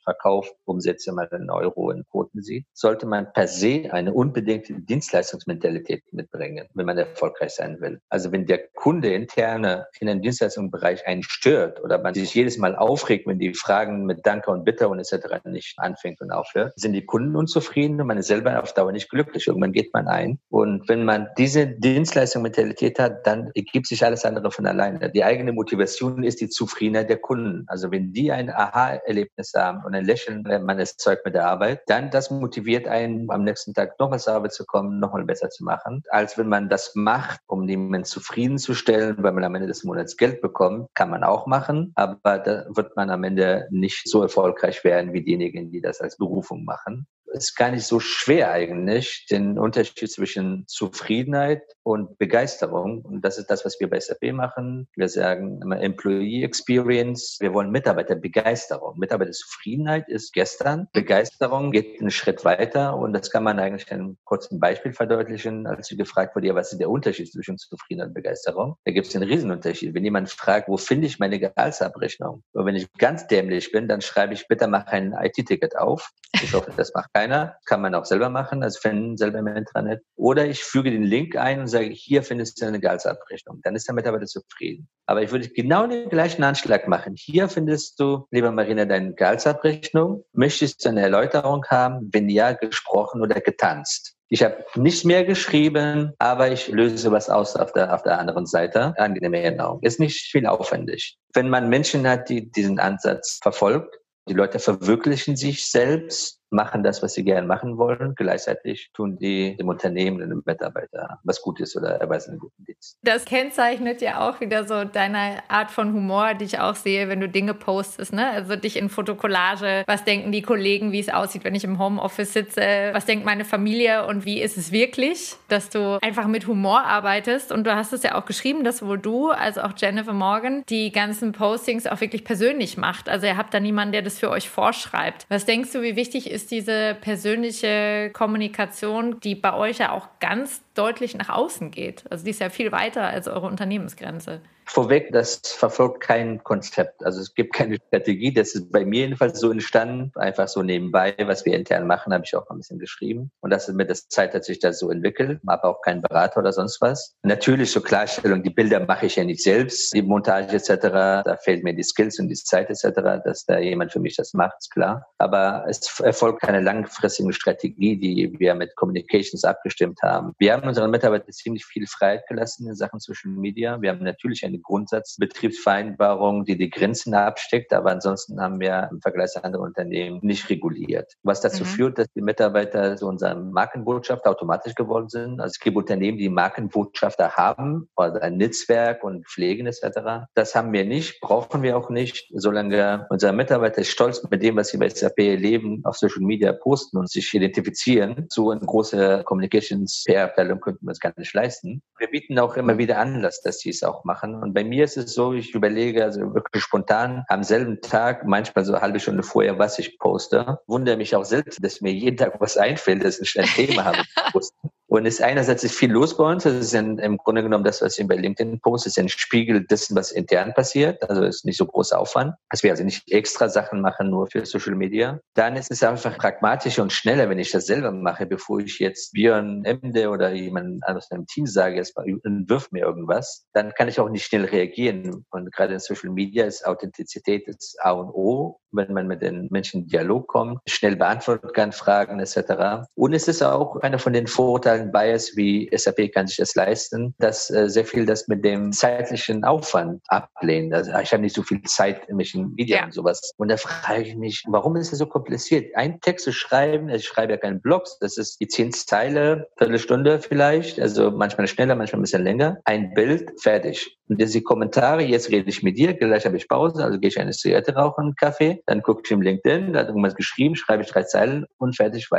Verkauf, Umsätze mal in Euro, in Quoten sieht, sollte man per se eine unbedingte Dienstleistungsmentalität mitbringen, wenn man erfolgreich sein will. Also wenn der Kunde interne in einem Dienstleistungsbereich einen stört oder man sich jedes Mal aufregt, wenn die Fragen mit Danke und Bitte und et cetera nicht anfängt und aufhört, sind die Kunden unzufrieden und man ist selber auf Dauer nicht glücklich. Irgendwann geht man ein. Und wenn man diese Dienstleistungsmentalität hat, dann ergibt sich alles andere von alleine. Die eigene Motivation ist die Zufriedenheit der Kunden. Also wenn die ein Aha-Erlebnis haben und ein Lächeln, wenn man es zeugt mit der Arbeit, dann das motiviert einen, am nächsten Tag nochmal zur Arbeit zu kommen, nochmal besser zu machen, als wenn man das macht, um jemanden zufriedenzustellen, weil man am Ende des Monats Geld bekommt. Kann man auch machen, aber da wird man am Ende nicht so erfolgreich werden wie diejenigen, die das als Berufung machen. Es ist gar nicht so schwer eigentlich, den Unterschied zwischen Zufriedenheit und Begeisterung. Und das ist das, was wir bei S A P machen. Wir sagen immer Employee Experience. Wir wollen Mitarbeiterbegeisterung. Mitarbeiterzufriedenheit ist gestern. Begeisterung geht einen Schritt weiter. Und das kann man eigentlich in einem kurzen Beispiel verdeutlichen. Als ich gefragt wurde, ja, was ist der Unterschied zwischen Zufriedenheit und Begeisterung? Da gibt es einen Riesenunterschied. Wenn jemand fragt, wo finde ich meine Gehaltsabrechnung? Und wenn ich ganz dämlich bin, dann schreibe ich, bitte mach ein I T-Ticket auf. Ich hoffe, das macht keiner. Kann man auch selber machen, also finden selber im Intranet. Oder ich füge den Link ein und sage, hier findest du eine Gehaltsabrechnung. Dann ist der Mitarbeiter zufrieden. Aber ich würde genau den gleichen Anschlag machen. Hier findest du, lieber Marina, deine Gehaltsabrechnung. Möchtest du eine Erläuterung haben? Wenn ja, gesprochen oder getanzt. Ich habe nichts mehr geschrieben, aber ich löse was aus auf der, auf der anderen Seite. Angenehme Erinnerung. Ist nicht viel aufwendig. Wenn man Menschen hat, die diesen Ansatz verfolgt, die Leute verwirklichen sich selbst, machen das, was sie gerne machen wollen. Gleichzeitig tun die dem Unternehmen und dem Mitarbeiter was Gutes oder erweisen einen guten Dienst. Das kennzeichnet ja auch wieder so deine Art von Humor, die ich auch sehe, wenn du Dinge postest, ne? Also dich in Fotokollage. Was denken die Kollegen, wie es aussieht, wenn ich im Homeoffice sitze? Was denkt meine Familie und wie ist es wirklich? Dass du einfach mit Humor arbeitest. Und du hast es ja auch geschrieben, dass sowohl du als auch Jennifer Morgan die ganzen Postings auch wirklich persönlich macht. Also ihr habt da niemanden, der das für euch vorschreibt. Was denkst du, wie wichtig ist ist diese persönliche Kommunikation, die bei euch ja auch ganz deutlich nach außen geht? Also die ist ja viel weiter als eure Unternehmensgrenze. Vorweg, das verfolgt kein Konzept. Also es gibt keine Strategie. Das ist bei mir jedenfalls so entstanden. Einfach so nebenbei, was wir intern machen, habe ich auch ein bisschen geschrieben. Und das ist mit der Zeit hat sich das so entwickelt. Aber auch kein Berater oder sonst was. Natürlich so Klarstellung, die Bilder mache ich ja nicht selbst. Die Montage et cetera. Da fehlen mir die Skills und die Zeit et cetera. Dass da jemand für mich das macht, ist klar. Aber es erfolgt keine langfristige Strategie, die wir mit Communications abgestimmt haben. Wir haben unseren Mitarbeitern ziemlich viel Freiheit gelassen in Sachen Social Media. Wir haben natürlich eine Grundsatzbetriebsvereinbarung, die die Grenzen absteckt, aber ansonsten haben wir im Vergleich zu anderen Unternehmen nicht reguliert. Was dazu mhm. führt, dass die Mitarbeiter zu unserem Markenbotschafter automatisch geworden sind. Also es gibt Unternehmen, die Markenbotschafter haben, oder ein Netzwerk und pflegen et cetera. Das haben wir nicht, brauchen wir auch nicht, solange unser Mitarbeiter stolz mit dem, was sie bei S A P erleben, auf Social Media posten und sich identifizieren. So eine große Communications-P R-Abteilung könnten wir es gar nicht leisten. Wir bieten auch immer wieder Anlass, dass sie es auch machen. Und bei mir ist es so, ich überlege also wirklich spontan am selben Tag, manchmal so eine halbe Stunde vorher, was ich poste. Wundere mich auch selbst, dass mir jeden Tag was einfällt, dass ich ein Thema habe zu posten. Und es ist einerseits ist viel los bei uns. Das ist ein, im Grunde genommen das, was ich bei LinkedIn poste, ist ein Spiegel dessen, was intern passiert. Also ist nicht so großer Aufwand. Dass wir also nicht extra Sachen machen, nur für Social Media. Dann ist es einfach pragmatischer und schneller, wenn ich das selber mache, bevor ich jetzt Björn Emde oder jemand aus meinem Team sage, jetzt wirf mir irgendwas. Dann kann ich auch nicht schnell reagieren. Und gerade in Social Media ist Authentizität das A und O, wenn man mit den Menschen in Dialog kommt, schnell beantworten kann, Fragen et cetera. Und es ist auch einer von den Vorteilen, Bias wie S A P kann sich das leisten, dass äh, sehr viel das mit dem zeitlichen Aufwand ablehnt. Also ich habe nicht so viel Zeit in welchen Medien ja. und sowas. Und da frage ich mich, warum ist das so kompliziert? Einen Text zu schreiben, ich schreibe ja keinen Blog, das ist die zehn Zeile, Viertelstunde vielleicht, also manchmal schneller, manchmal ein bisschen länger. Ein Bild, fertig. Und diese Kommentare, jetzt rede ich mit dir, gleich habe ich Pause, also gehe ich eine Zigarette rauchen, einen Kaffee, dann gucke ich im LinkedIn, da hat irgendwas geschrieben, schreibe ich drei Zeilen und fertig weiter.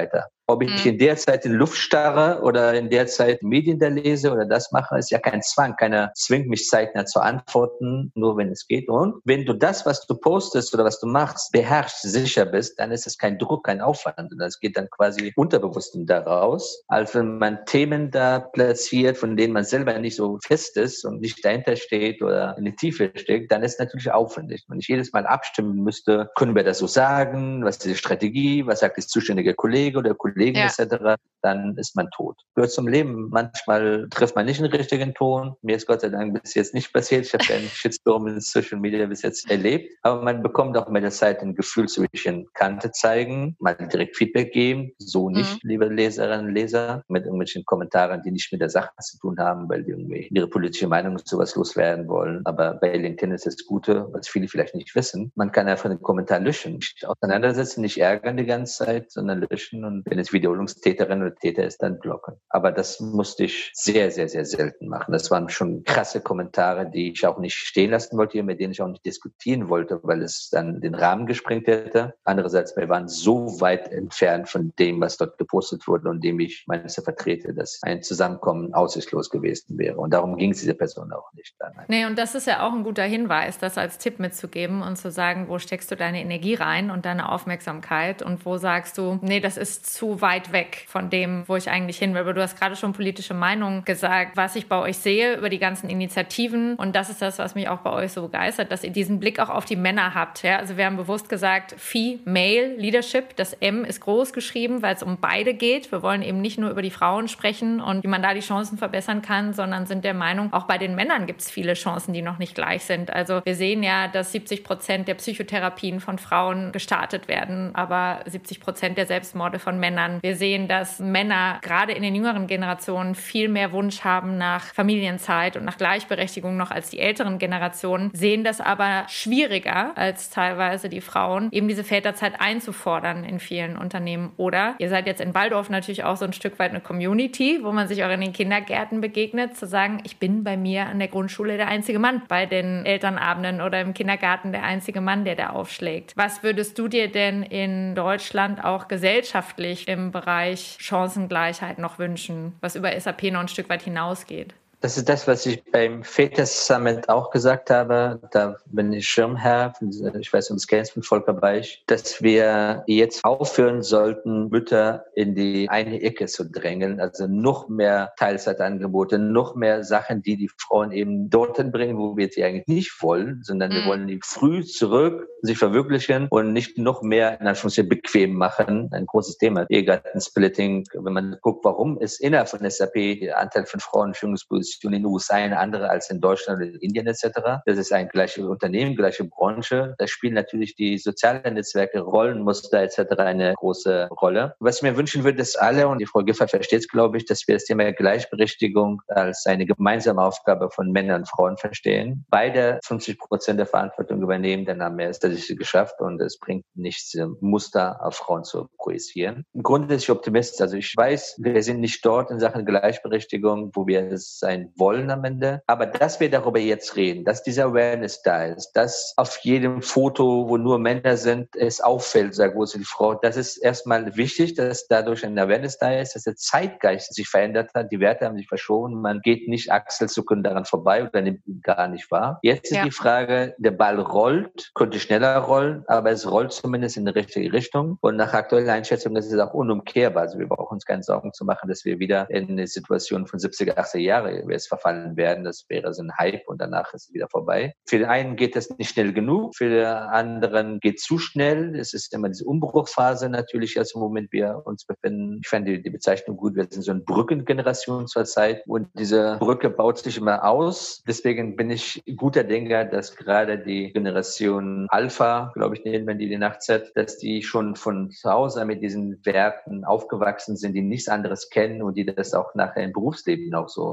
Ob ich in der Zeit in Luft starre oder in der Zeit Medien da lese oder das mache, ist ja kein Zwang. Keiner zwingt mich zeitnah zu antworten, nur wenn es geht. Und wenn du das, was du postest oder was du machst, beherrschst, sicher bist, dann ist es kein Druck, kein Aufwand. Und das geht dann quasi unterbewusst daraus, als wenn man Themen da platziert, von denen man selber nicht so fest ist und nicht dahinter steht oder in die Tiefe steckt, dann ist es natürlich aufwendig. Wenn ich jedes Mal abstimmen müsste, können wir das so sagen, was ist die Strategie, was sagt der zuständige Kollege oder Kollegen ja. et cetera, dann ist man tot. Gehört zum Leben. Manchmal trifft man nicht den richtigen Ton. Mir ist Gott sei Dank bis jetzt nicht passiert. Ich habe keinen Shitstorm in Social Media bis jetzt erlebt. Aber man bekommt auch mit der Zeit ein Gefühl zwischen Kante zeigen, mal direkt Feedback geben. So nicht, mhm. liebe Leserinnen und Leser, mit irgendwelchen Kommentaren, die nicht mit der Sache zu tun haben, weil die irgendwie ihre politische Meinung und sowas loswerden wollen. Aber bei LinkedIn ist das Gute, was viele vielleicht nicht wissen. Man kann einfach den Kommentar löschen. Nicht auseinandersetzen, nicht ärgern die ganze Zeit, sondern löschen. Und wenn es Wiederholungstäterin oder Täter ist, dann blocken. Aber das musste ich sehr, sehr, sehr selten machen. Das waren schon krasse Kommentare, die ich auch nicht stehen lassen wollte, mit denen ich auch nicht diskutieren wollte, weil es dann den Rahmen gesprengt hätte. Andererseits, wir waren so weit entfernt von dem, was dort gepostet wurde und dem ich meines vertrete, dass ein Zusammenkommen aussichtslos gewesen wäre. Und darum ging es dieser Person auch nicht. Dann. Nee, und das ist ja auch ein guter Hinweis, das als Tipp mitzugeben und zu sagen, wo steckst du deine Energie rein und deine Aufmerksamkeit und wo sagst du, nee, das ist zu weit weg von dem, wo ich eigentlich hin will. Aber du hast gerade schon politische Meinung gesagt, was ich bei euch sehe über die ganzen Initiativen. Und das ist das, was mich auch bei euch so begeistert, dass ihr diesen Blick auch auf die Männer habt. Ja? Also wir haben bewusst gesagt, Female Leadership. Das M ist groß geschrieben, weil es um beide geht. Wir wollen eben nicht nur über die Frauen sprechen und wie man da die Chancen verbessern kann, sondern sind der Meinung, auch bei den Männern gibt es viele Chancen, die noch nicht gleich sind. Also wir sehen ja, dass siebzig Prozent der Psychotherapien von Frauen gestartet werden, aber siebzig Prozent der Selbstmorde von Männern. Wir sehen, dass Männer gerade in den jüngeren Generationen viel mehr Wunsch haben nach Familienzeit und nach Gleichberechtigung noch als die älteren Generationen, sehen das aber schwieriger als teilweise die Frauen, eben diese Väterzeit einzufordern in vielen Unternehmen. Oder ihr seid jetzt in Walldorf natürlich auch so ein Stück weit eine Community, wo man sich auch in den Kindergärten begegnet, zu sagen, ich bin bei mir an der Grundschule der einzige Mann, bei den Elternabenden oder im Kindergarten der einzige Mann, der da aufschlägt. Was würdest du dir denn in Deutschland auch gesellschaftlich im Bereich Chancengleichheit noch wünschen, was über S A P noch ein Stück weit hinausgeht? Das ist das, was ich beim Väter Summit auch gesagt habe. Da bin ich Schirmherr, ich weiß, um das kennst von Volker Beich, dass wir jetzt aufhören sollten, Mütter in die eine Ecke zu drängeln. Also noch mehr Teilzeitangebote, noch mehr Sachen, die die Frauen eben dorthin bringen, wo wir sie eigentlich nicht wollen, sondern mhm. wir wollen die früh zurück, sich verwirklichen und nicht noch mehr in Anführungszeichen bequem machen. Ein großes Thema. Ehegattensplitting. Wenn man guckt, warum ist innerhalb von S A P der Anteil von Frauen in Führungspositionen in den U S A eine andere als in Deutschland oder in Indien et cetera. Das ist ein gleiches Unternehmen, gleiche Branche. Da spielen natürlich die sozialen Netzwerke, Rollenmuster et cetera eine große Rolle. Was ich mir wünschen würde, ist alle, und die Frau Giffey versteht es, glaube ich, dass wir das Thema Gleichberechtigung als eine gemeinsame Aufgabe von Männern und Frauen verstehen. Beide fünfzig Prozent der Verantwortung übernehmen, dann haben wir es tatsächlich geschafft und es bringt nichts, Muster auf Frauen zu projizieren. Im Grunde bin ich Optimist. Also ich weiß, wir sind nicht dort in Sachen Gleichberechtigung, wo wir es sein wollen am Ende. Aber dass wir darüber jetzt reden, dass diese Awareness da ist, dass auf jedem Foto, wo nur Männer sind, es auffällt, sag, wo ist die Frau, das ist erstmal wichtig, dass dadurch eine Awareness da ist, dass der Zeitgeist sich verändert hat, die Werte haben sich verschoben, man geht nicht achselzuckend daran vorbei oder nimmt ihn gar nicht wahr. Jetzt ist ja. die Frage, der Ball rollt, könnte schneller rollen, aber es rollt zumindest in die richtige Richtung und nach aktueller Einschätzung ist es auch unumkehrbar. Also wir brauchen uns keine Sorgen zu machen, dass wir wieder in eine Situation von siebziger, achtziger Jahre es verfallen werden. Das wäre so ein Hype und danach ist es wieder vorbei. Für den einen geht das nicht schnell genug, für den anderen geht es zu schnell. Es ist immer diese Umbruchphase natürlich, als im Moment wir uns befinden. Ich fand die, die Bezeichnung gut, wir sind so eine Brückengeneration zurzeit und diese Brücke baut sich immer aus. Deswegen bin ich guter Denker, dass gerade die Generation Alpha, glaube ich, nennen wir die, die Nachtzeit, dass die schon von zu Hause mit diesen Werten aufgewachsen sind, die nichts anderes kennen und die das auch nachher im Berufsleben auch so, so mit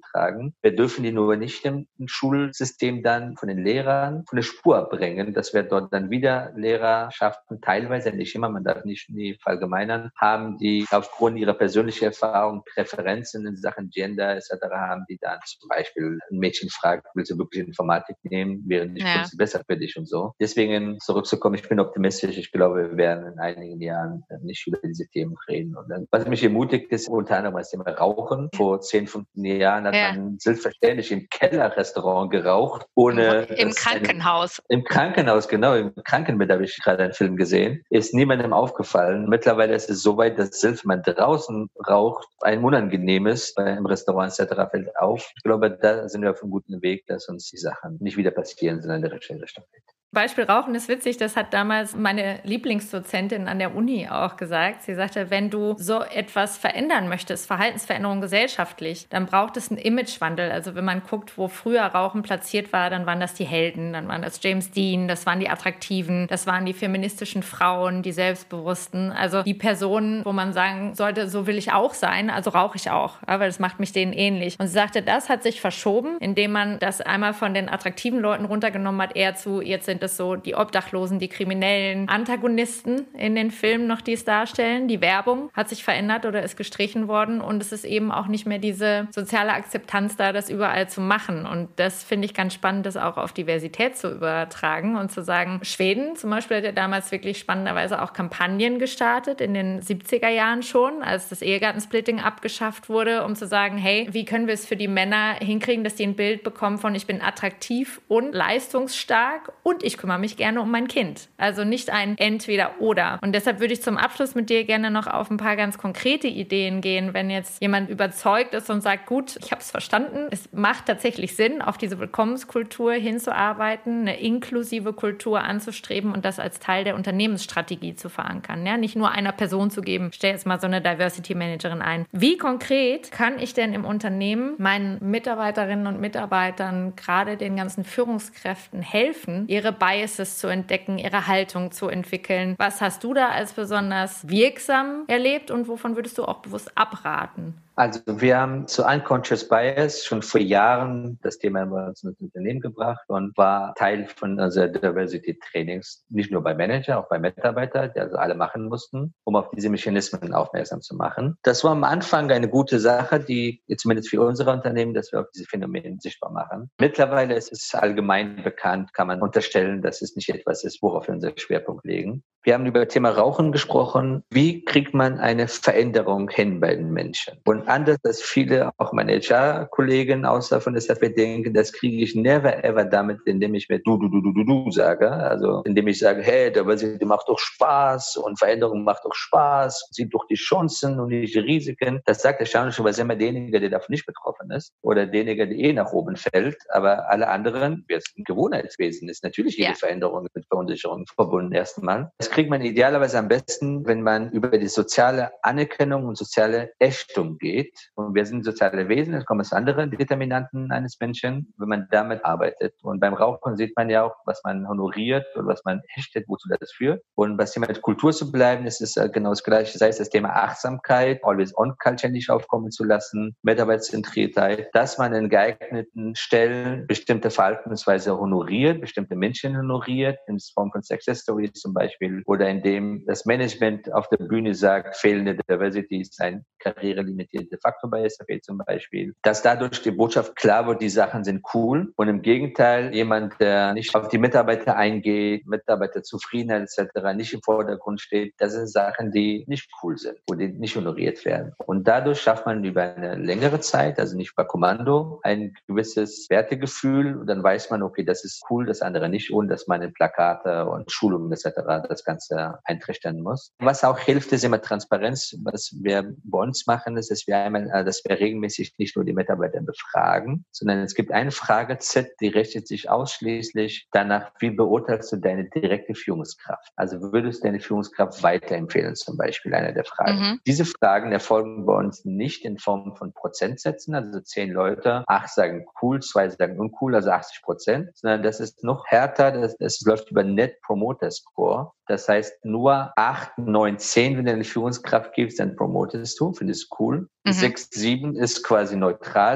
tragen. Wir dürfen die nur nicht im Schulsystem dann von den Lehrern von der Spur bringen, dass wir dort dann wieder Lehrerschaften, teilweise nicht immer, man darf nicht nie verallgemeinern, haben, die aufgrund ihrer persönlichen Erfahrung, Präferenzen in Sachen Gender et cetera haben, die dann zum Beispiel ein Mädchen fragt, willst du wirklich Informatik nehmen, während ich ja. besser für dich und so. Deswegen zurückzukommen, ich bin optimistisch, ich glaube, wir werden in einigen Jahren nicht über diese Themen reden. Und dann, was mich ermutigt, ist unter anderem das Thema Rauchen. Vor zehn, fünfzehn Jahren hat ja. man selbstverständlich im Kellerrestaurant geraucht, ohne... Im Krankenhaus. Eine, Im Krankenhaus, genau. Im Krankenbett habe ich gerade einen Film gesehen. Ist niemandem aufgefallen. Mittlerweile ist es so weit, dass selbst wenn man draußen raucht, ein unangenehmes im Restaurant et cetera fällt auf. Ich glaube, da sind wir auf einem guten Weg, dass uns die Sachen nicht wieder passieren, sondern in der richtigen Richtung geht. Beispiel Rauchen ist witzig, das hat damals meine Lieblingsdozentin an der Uni auch gesagt. Sie sagte, wenn du so etwas verändern möchtest, Verhaltensveränderung gesellschaftlich, dann braucht es einen Imagewandel. Also wenn man guckt, wo früher Rauchen platziert war, dann waren das die Helden, dann waren das James Dean, das waren die Attraktiven, das waren die feministischen Frauen, die Selbstbewussten. Also die Personen, wo man sagen sollte, so will ich auch sein, also rauche ich auch, weil das macht mich denen ähnlich. Und sie sagte, das hat sich verschoben, indem man das einmal von den attraktiven Leuten runtergenommen hat, eher zu, jetzt sind das so die Obdachlosen, die kriminellen Antagonisten in den Filmen noch, die es darstellen. Die Werbung hat sich verändert oder ist gestrichen worden und es ist eben auch nicht mehr diese soziale Akzeptanz da, das überall zu machen. Und das finde ich ganz spannend, das auch auf Diversität zu übertragen und zu sagen, Schweden zum Beispiel hat ja damals wirklich spannenderweise auch Kampagnen gestartet, in den siebziger Jahren schon, als das Ehegattensplitting abgeschafft wurde, um zu sagen, hey, wie können wir es für die Männer hinkriegen, dass die ein Bild bekommen von, ich bin attraktiv und leistungsstark und ich kümmere mich gerne um mein Kind. Also nicht ein Entweder-Oder. Und deshalb würde ich zum Abschluss mit dir gerne noch auf ein paar ganz konkrete Ideen gehen, wenn jetzt jemand überzeugt ist und sagt, gut, ich habe es verstanden, es macht tatsächlich Sinn, auf diese Willkommenskultur hinzuarbeiten, eine inklusive Kultur anzustreben und das als Teil der Unternehmensstrategie zu verankern. Ja? Nicht nur einer Person zu geben, stell jetzt mal so eine Diversity Managerin ein. Wie konkret kann ich denn im Unternehmen meinen Mitarbeiterinnen und Mitarbeitern, gerade den ganzen Führungskräften helfen, ihre Biases zu entdecken, ihre Haltung zu entwickeln? Was hast du da als besonders wirksam erlebt und wovon würdest du auch bewusst abraten? Also wir haben zu Unconscious Bias schon vor Jahren das Thema bei uns ins Unternehmen gebracht und war Teil von unserer Diversity Trainings, nicht nur bei Manager, auch bei Mitarbeitern, die also alle machen mussten, um auf diese Mechanismen aufmerksam zu machen. Das war am Anfang eine gute Sache, die zumindest für unsere Unternehmen, dass wir auf diese Phänomene sichtbar machen. Mittlerweile ist es allgemein bekannt, kann man unterstellen, dass es nicht etwas ist, worauf wir unseren Schwerpunkt legen. Wir haben über das Thema Rauchen gesprochen. Wie kriegt man eine Veränderung hin bei den Menschen? Und anders als viele, auch meine H R-Kollegen außer von der S A P denken, das kriege ich never ever damit, indem ich mir du, du, du, du, du, du sage. Also indem ich sage, hey, Diversity macht doch Spaß und Veränderung macht doch Spaß, sieht doch die Chancen und nicht die Risiken. Das sagt erstaunlicherweise immer derjenige, der davon nicht betroffen ist oder derjenige, der eh nach oben fällt. Aber alle anderen, wir sind Gewohnheitswesen, ist natürlich jede ja. Veränderung mit Verunsicherung verbunden erstmal. Das kriegt man idealerweise am besten, wenn man über die soziale Anerkennung und soziale Ächtung geht. Und wir sind soziale Wesen, es kommen aus anderen Determinanten eines Menschen, wenn man damit arbeitet. Und beim Rauchen sieht man ja auch, was man honoriert und was man ächtet, wozu das führt. Und was Thema mit Kultur zu bleiben, ist es genau das Gleiche. Sei es das Thema Achtsamkeit, Always-on-Culture nicht aufkommen zu lassen, Mitarbeiterzentriertheit, dass man in geeigneten Stellen bestimmte Verhaltensweise honoriert, bestimmte Menschen honoriert, in Form von Success Stories zum Beispiel, oder indem das Management auf der Bühne sagt, fehlende Diversity ist ein karrierelimitierter Faktor bei S A P zum Beispiel, dass dadurch die Botschaft klar wird, die Sachen sind cool und im Gegenteil, jemand, der nicht auf die Mitarbeiter eingeht, Mitarbeiterzufriedenheit et cetera nicht im Vordergrund steht, das sind Sachen, die nicht cool sind oder die nicht honoriert werden. Und dadurch schafft man über eine längere Zeit, also nicht bei Kommando, ein gewisses Wertegefühl und dann weiß man, okay, das ist cool, das andere nicht, ohne dass man in Plakate und Schulungen et cetera das Ganze eintrichtern muss. Was auch hilft, ist immer Transparenz. Was wir bei uns machen, ist, dass wir einmal, dass wir regelmäßig nicht nur die Mitarbeiter befragen, sondern es gibt eine Frage-Set, die richtet sich ausschließlich danach, wie beurteilst du deine direkte Führungskraft? Also würdest du deine Führungskraft weiterempfehlen, zum Beispiel eine der Fragen. Mhm. Diese Fragen erfolgen bei uns nicht in Form von Prozentsätzen, also zehn Leute, acht sagen cool, zwei sagen uncool, also achtzig Prozent, sondern das ist noch härter, das, das läuft über Net Promoter Score. Das heißt, nur acht, neun, zehn, wenn du eine Führungskraft gibst, dann promotest du, findest cool. Mhm. sechs, sieben ist quasi neutral.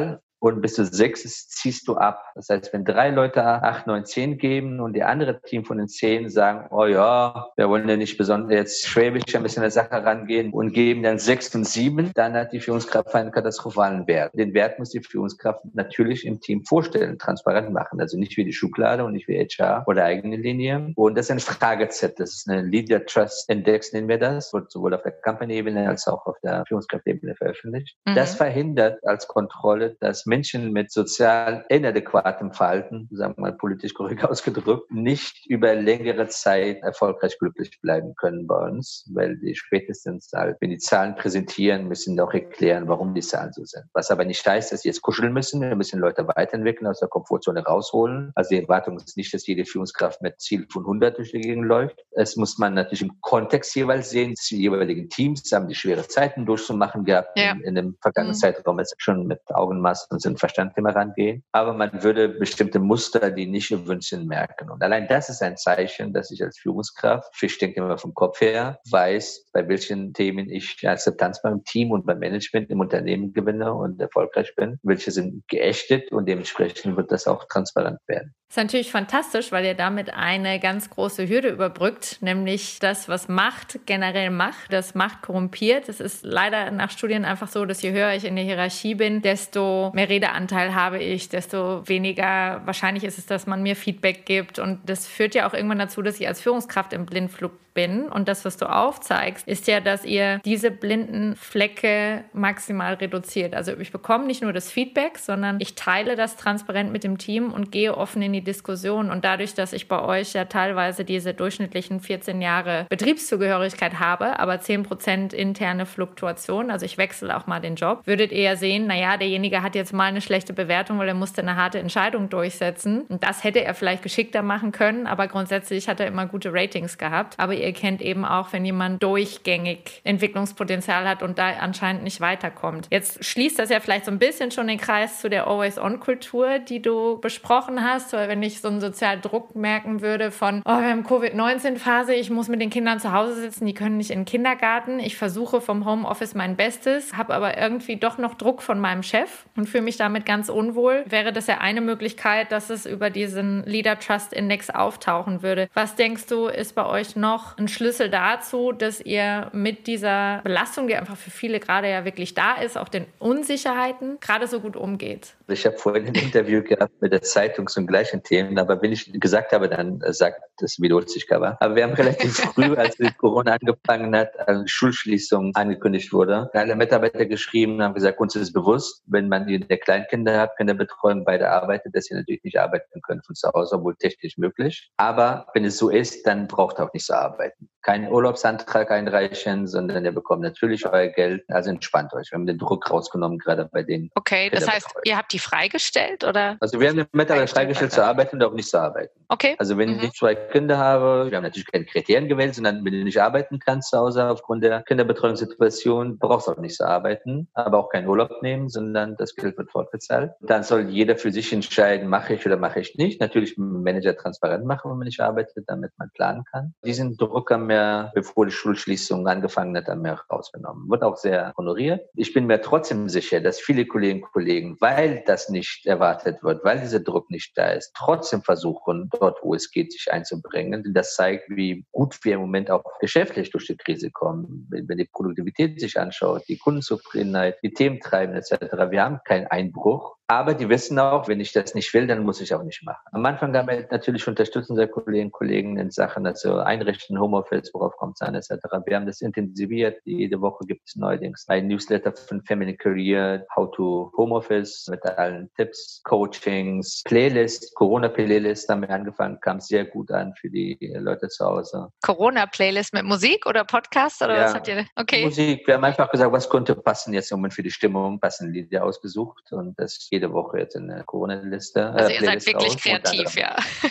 und bis zu sechs ist, ziehst du ab. Das heißt, wenn drei Leute acht, neun, zehn geben und die andere Team von den zehn sagen, oh ja, wir wollen ja nicht besonders jetzt schwäbisch ein bisschen an der Sache rangehen und geben dann sechs und sieben, dann hat die Führungskraft einen katastrophalen Wert. Den Wert muss die Führungskraft natürlich im Team vorstellen, transparent machen. Also nicht wie die Schublade und nicht wie H R oder eigene Linie. Und das ist ein Frageset. Das ist eine Leader Trust Index, nennen wir das. Wird sowohl auf der Company-Ebene als auch auf der Führungskraftebene veröffentlicht. Mhm. Das verhindert als Kontrolle, dass Menschen mit sozial inadäquatem Verhalten, sagen wir mal politisch korrekt ausgedrückt, nicht über längere Zeit erfolgreich glücklich bleiben können bei uns, weil die spätestens halt, wenn die Zahlen präsentieren, müssen auch erklären, warum die Zahlen so sind. Was aber nicht heißt, dass sie jetzt kuscheln müssen. Wir müssen Leute weiterentwickeln, aus der Komfortzone rausholen. Also die Erwartung ist nicht, dass jede Führungskraft mit Ziel von hundert durch die Gegend läuft. Es muss man natürlich im Kontext jeweils sehen. Die jeweiligen Teams haben die schwere Zeiten durchzumachen gehabt. Ja. In, in dem vergangenen mhm. Zeitraum jetzt schon mit Augenmaß und Sinn Verstand immer rangehen. Aber man würde bestimmte Muster, die nicht gewünscht sind, merken. Und allein das ist ein Zeichen, dass ich als Führungskraft, ich denke immer vom Kopf her, weiß, bei welchen Themen ich Akzeptanz beim Team und beim Management im Unternehmen gewinne und erfolgreich bin. Welche sind geächtet und dementsprechend wird das auch transparent werden. Das ist natürlich fantastisch, weil ihr damit eine ganz große Hürde überbrückt, nämlich das, was Macht generell macht, das Macht korrumpiert. Es ist leider nach Studien einfach so, dass je höher ich in der Hierarchie bin, desto mehr Redeanteil habe ich, desto weniger wahrscheinlich ist es, dass man mir Feedback gibt. Und das führt ja auch irgendwann dazu, dass ich als Führungskraft im Blindflug bin. Und das, was du aufzeigst, ist ja, dass ihr diese blinden Flecke maximal reduziert. Also ich bekomme nicht nur das Feedback, sondern ich teile das transparent mit dem Team und gehe offen in die Diskussion. Und dadurch, dass ich bei euch ja teilweise diese durchschnittlichen vierzehn Jahre Betriebszugehörigkeit habe, aber zehn Prozent interne Fluktuation, also ich wechsle auch mal den Job, würdet ihr ja sehen, naja, derjenige hat jetzt mal eine schlechte Bewertung, weil er musste eine harte Entscheidung durchsetzen. Und das hätte er vielleicht geschickter machen können, aber grundsätzlich hat er immer gute Ratings gehabt. Aber ihr kennt eben auch, wenn jemand durchgängig Entwicklungspotenzial hat und da anscheinend nicht weiterkommt. Jetzt schließt das ja vielleicht so ein bisschen schon den Kreis zu der Always-On-Kultur, die du besprochen hast, weil wenn ich so einen sozialen Druck merken würde von, oh, wir haben Covid neunzehn Phase, ich muss mit den Kindern zu Hause sitzen, die können nicht in den Kindergarten, ich versuche vom Homeoffice mein Bestes, habe aber irgendwie doch noch Druck von meinem Chef und fühle mich damit ganz unwohl, wäre das ja eine Möglichkeit, dass es über diesen Leader Trust Index auftauchen würde. Was denkst du, ist bei euch noch ein Schlüssel dazu, dass ihr mit dieser Belastung, die einfach für viele gerade ja wirklich da ist, auch den Unsicherheiten, gerade so gut umgeht? Ich habe vorhin ein Interview gehabt mit der Zeitung zum gleichen Themen, aber wenn ich gesagt habe, dann sagt, das wiederholt sich aber. Aber wir haben relativ früh, als Corona angefangen hat, als Schulschließung angekündigt wurde, alle Mitarbeiter geschrieben, haben gesagt, uns ist bewusst, wenn man der Kleinkinder hat, Kinderbetreuung beide arbeitet, dass sie natürlich nicht arbeiten können von zu Hause, obwohl technisch möglich. Aber wenn es so ist, dann braucht er auch nicht so arbeiten. Keinen Urlaubsantrag einreichen, sondern ihr bekommt natürlich euer Geld. Also entspannt euch. Wir haben den Druck rausgenommen, gerade bei den Okay, das heißt, ihr habt die freigestellt, oder? Also wir haben den Mitarbeiter freigestellt zu arbeiten und auch nicht zu arbeiten. Okay. Also wenn mhm. ich zwei Kinder habe, wir haben natürlich keine Kriterien gewählt, sondern wenn du nicht arbeiten kannst zu Hause aufgrund der Kinderbetreuungssituation, brauchst du auch nicht zu arbeiten, aber auch keinen Urlaub nehmen, sondern das Geld wird fortgezahlt. Dann soll jeder für sich entscheiden, mache ich oder mache ich nicht. Natürlich mit dem Manager transparent machen, wenn man nicht arbeitet, damit man planen kann. Diesen Druck haben wir, bevor die Schulschließung angefangen hat, haben wir rausgenommen. Wird auch sehr honoriert. Ich bin mir trotzdem sicher, dass viele Kolleginnen und Kollegen, weil das nicht erwartet wird, weil dieser Druck nicht da ist, trotzdem versuchen, dort, wo es geht, sich einzubringen. Denn das zeigt, wie gut wir im Moment auch geschäftlich durch die Krise kommen. Wenn die Produktivität sich anschaut, die Kundenzufriedenheit, die Themen treiben et cetera. Wir haben keinen Einbruch. Aber die wissen auch, wenn ich das nicht will, dann muss ich auch nicht machen. Am Anfang haben wir natürlich unterstützen der Kolleginnen und Kollegen in Sachen, also Einrichten, Homeoffice, worauf kommt es an, et cetera. Wir haben das intensiviert. Jede Woche gibt es neuerdings ein Newsletter von Family Career, How to Homeoffice mit allen Tipps, Coachings, Playlist, Corona-Playlist haben wir angefangen, kam sehr gut an für die Leute zu Hause. Corona-Playlist mit Musik oder Podcast oder ja, was habt ihr? Okay. Musik. Wir haben einfach gesagt, was könnte passen jetzt im Moment für die Stimmung, passen Lieder ausgesucht und das jede Woche jetzt in der Corona-Liste. Also äh, ihr seid wirklich kreativ, ja.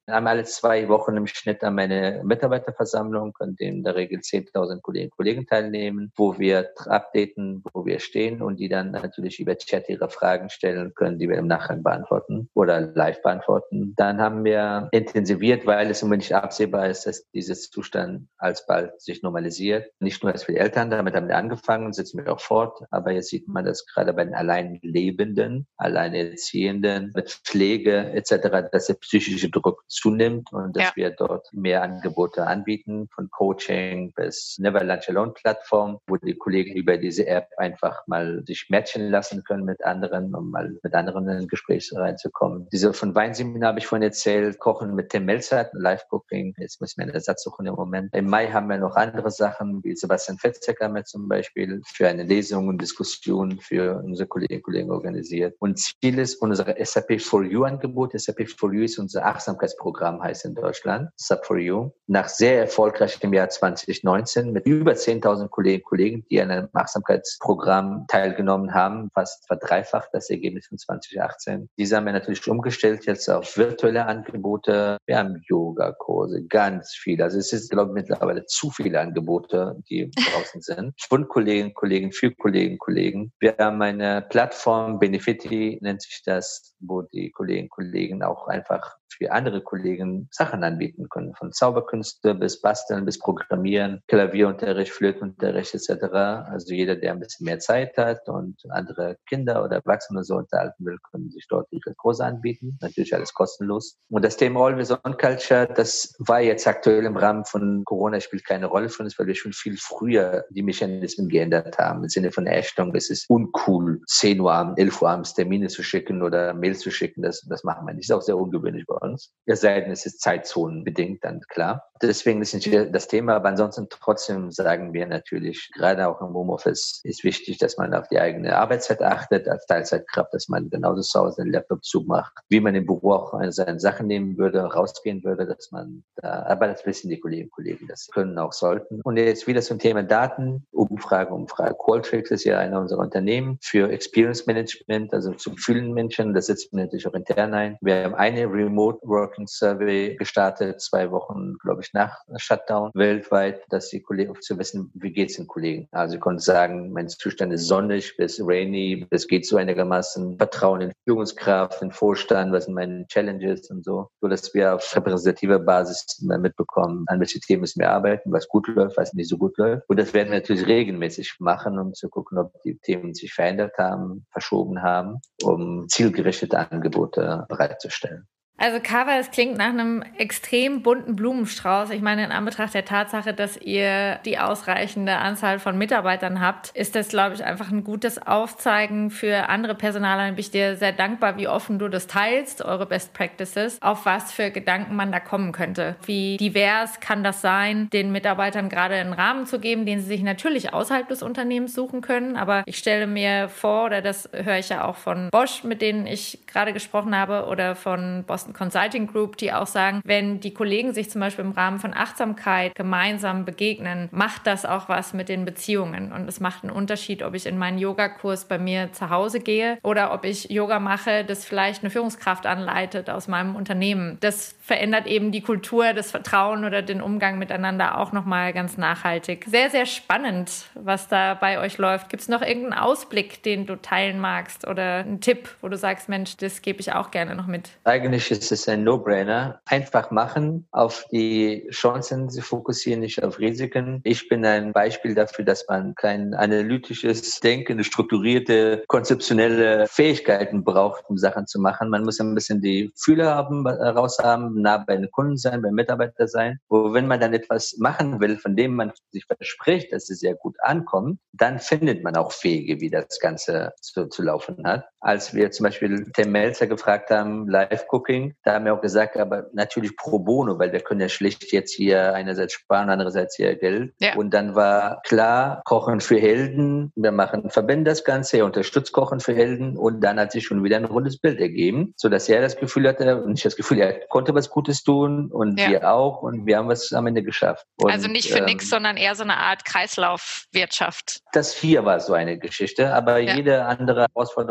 Einmal alle zwei Wochen im Schnitt an meine Mitarbeiterversammlung, an dem in der Regel zehntausend Kolleginnen und Kollegen teilnehmen, wo wir updaten, wo wir stehen und die dann natürlich über Chat ihre Fragen stellen können, die wir im Nachgang beantworten oder live beantworten. Dann haben wir intensiviert, weil es immer nicht absehbar ist, dass dieses Zustand alsbald sich normalisiert. Nicht nur als für die Eltern, damit haben wir angefangen, setzen wir auch fort, aber jetzt sieht man das gerade bei den Alleinlebenden, Alleinerziehenden, mit Pflege et cetera, dass der psychische Druck zunimmt und dass ja. wir dort mehr Angebote anbieten, von Coaching bis Never Lunch Alone Plattform, wo die Kollegen über diese App einfach mal sich matchen lassen können mit anderen, um mal mit anderen in ein Gespräch reinzukommen. Diese von Weinseminar habe ich vorhin erzählt, Kochen mit Tim Melzer, Live-Cooking, jetzt müssen wir einen Ersatz suchen im Moment. Im Mai haben wir noch andere Sachen, wie Sebastian Fetzek haben wir zum Beispiel für eine Lesung und Diskussion für unsere Kolleginnen und Kollegen organisiert. Und Ziel ist unser S A P for You Angebot. S A P for You ist unser Achtsamkeitsprogramm, heißt in Deutschland. S A P for You. Nach sehr erfolgreich im Jahr zwanzig neunzehn mit über zehntausend Kolleginnen und Kollegen, die an einem Achtsamkeitsprogramm teilgenommen haben, fast verdreifacht das Ergebnis von zwanzig achtzehn. Diese haben wir natürlich umgestellt jetzt auf virtuelle Angebote. Wir haben Yoga-Kurse, ganz viel. Also es ist, glaube ich, mittlerweile zu viele Angebote, die draußen sind. Von Kolleginnen und Kollegen, für Kolleginnen und Kollegen. Wir haben eine Plattform, Benefiti nennt sich das, wo die Kolleginnen und Kollegen auch einfach für andere Kollegen Sachen anbieten können. Von Zauberkünste bis Basteln, bis Programmieren, Klavierunterricht, Flötenunterricht et cetera. Also jeder, der ein bisschen mehr Zeit hat und andere Kinder oder Erwachsene so unterhalten will, können sich dort ihre Kurse anbieten. Natürlich alles kostenlos. Und das Thema Always On Culture, das war jetzt aktuell im Rahmen von Corona, spielt keine Rolle für uns, weil wir schon viel früher die Mechanismen geändert haben. Im Sinne von Ächtung, es ist uncool, zehn Uhr abends, elf Uhr abends Termine zu schicken oder Mails zu schicken. Das, das machen wir nicht. Das ist auch sehr ungewöhnlich bei uns. Es sei denn, es ist zeitzonenbedingt, dann klar. Deswegen ist nicht das Thema, aber ansonsten trotzdem sagen wir natürlich, gerade auch im Homeoffice ist wichtig, dass man auf die eigene Arbeitszeit achtet, als Teilzeitkraft, dass man genauso zu Hause den Laptop zumacht, wie man im Büro auch seine Sachen nehmen würde, rausgehen würde, dass man da, aber das wissen die Kolleginnen und Kollegen, das können auch sollten. Und jetzt wieder zum Thema Daten, Umfrage, Umfrage. Qualtrics ist ja einer unserer Unternehmen für Experience Management, also zum Fühlen Menschen, das setzen wir natürlich auch intern ein. Wir haben eine Remote Working Survey gestartet, zwei Wochen, glaube ich, nach Shutdown weltweit, dass die Kollegen zu wissen, wie geht's den Kollegen. Also sie konnten sagen, mein Zustand ist sonnig bis rainy, das geht so einigermaßen, Vertrauen in Führungskraft, in Vorstand, was sind meine Challenges und so, so dass wir auf repräsentativer Basis mitbekommen, an welche Themen müssen wir arbeiten, was gut läuft, was nicht so gut läuft. Und das werden wir natürlich regelmäßig machen, um zu gucken, ob die Themen sich verändert haben, verschoben haben, um zielgerichtete Angebote bereitzustellen. Also Kava, es klingt nach einem extrem bunten Blumenstrauß. Ich meine, in Anbetracht der Tatsache, dass ihr die ausreichende Anzahl von Mitarbeitern habt, ist das, glaube ich, einfach ein gutes Aufzeigen für andere Personaler. Und bin ich dir sehr dankbar, wie offen du das teilst, eure Best Practices, auf was für Gedanken man da kommen könnte. Wie divers kann das sein, den Mitarbeitern gerade einen Rahmen zu geben, den sie sich natürlich außerhalb des Unternehmens suchen können. Aber ich stelle mir vor, oder das höre ich ja auch von Bosch, mit denen ich gerade gesprochen habe, oder von Boston Consulting Group, die auch sagen, wenn die Kollegen sich zum Beispiel im Rahmen von Achtsamkeit gemeinsam begegnen, macht das auch was mit den Beziehungen. Und es macht einen Unterschied, ob ich in meinen Yogakurs bei mir zu Hause gehe oder ob ich Yoga mache, das vielleicht eine Führungskraft anleitet aus meinem Unternehmen. Das verändert eben die Kultur, das Vertrauen oder den Umgang miteinander auch nochmal ganz nachhaltig. Sehr, sehr spannend, was da bei euch läuft. Gibt es noch irgendeinen Ausblick, den du teilen magst oder einen Tipp, wo du sagst, Mensch, das gebe ich auch gerne noch mit? Eigentlich ist es ein No-Brainer. Einfach machen, auf die Chancen zu fokussieren, nicht auf Risiken. Ich bin ein Beispiel dafür, dass man kein analytisches Denken, strukturierte, konzeptionelle Fähigkeiten braucht, um Sachen zu machen. Man muss ein bisschen die Fühler haben, raus haben, nah bei den Kunden sein, beim Mitarbeiter sein. Wo wenn man dann etwas machen will, von dem man sich verspricht, dass es sehr gut ankommt, dann findet man auch Wege, wie das Ganze zu, zu laufen hat. Als wir zum Beispiel Tim Melzer gefragt haben, Live-Cooking, da haben wir auch gesagt, aber natürlich pro bono, weil wir können ja schlicht jetzt hier einerseits sparen, andererseits hier Geld. Ja. Und dann war klar, Kochen für Helden, wir machen, verbinden das Ganze, er unterstützt Kochen für Helden und dann hat sich schon wieder ein rundes Bild ergeben, sodass er das Gefühl hatte, und ich das Gefühl, er konnte was Gutes tun und ja. wir auch und wir haben was am Ende geschafft. Und, also nicht für ähm, nichts, sondern eher so eine Art Kreislaufwirtschaft. Das hier war so eine Geschichte, aber ja. jede andere Herausforderung hat andere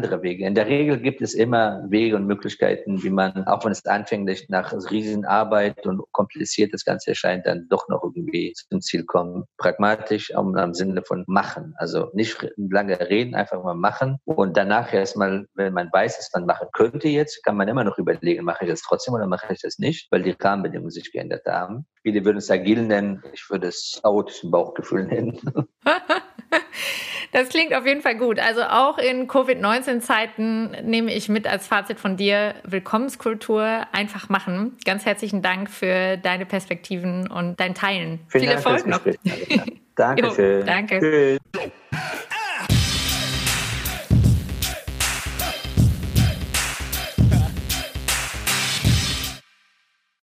andere Wege. In der Regel gibt es immer Wege und Möglichkeiten, wie man, auch wenn es anfänglich nach Riesenarbeit und kompliziert das Ganze erscheint, dann doch noch irgendwie zum Ziel kommen. Pragmatisch im Sinne von machen. Also nicht lange reden, einfach mal machen. Und danach erstmal, wenn man weiß, was man machen könnte jetzt, kann man immer noch überlegen, mache ich das trotzdem oder mache ich das nicht, weil die Rahmenbedingungen sich geändert haben. Viele würden es agil nennen, ich würde es chaotischen Bauchgefühl nennen. Das klingt auf jeden Fall gut. Also auch in Covid neunzehn Zeiten nehme ich mit als Fazit von dir: Willkommenskultur, einfach machen. Ganz herzlichen Dank für deine Perspektiven und dein Teilen. Vielen Viel Dank Erfolg noch. Dankeschön. Jo, danke. Tschüss.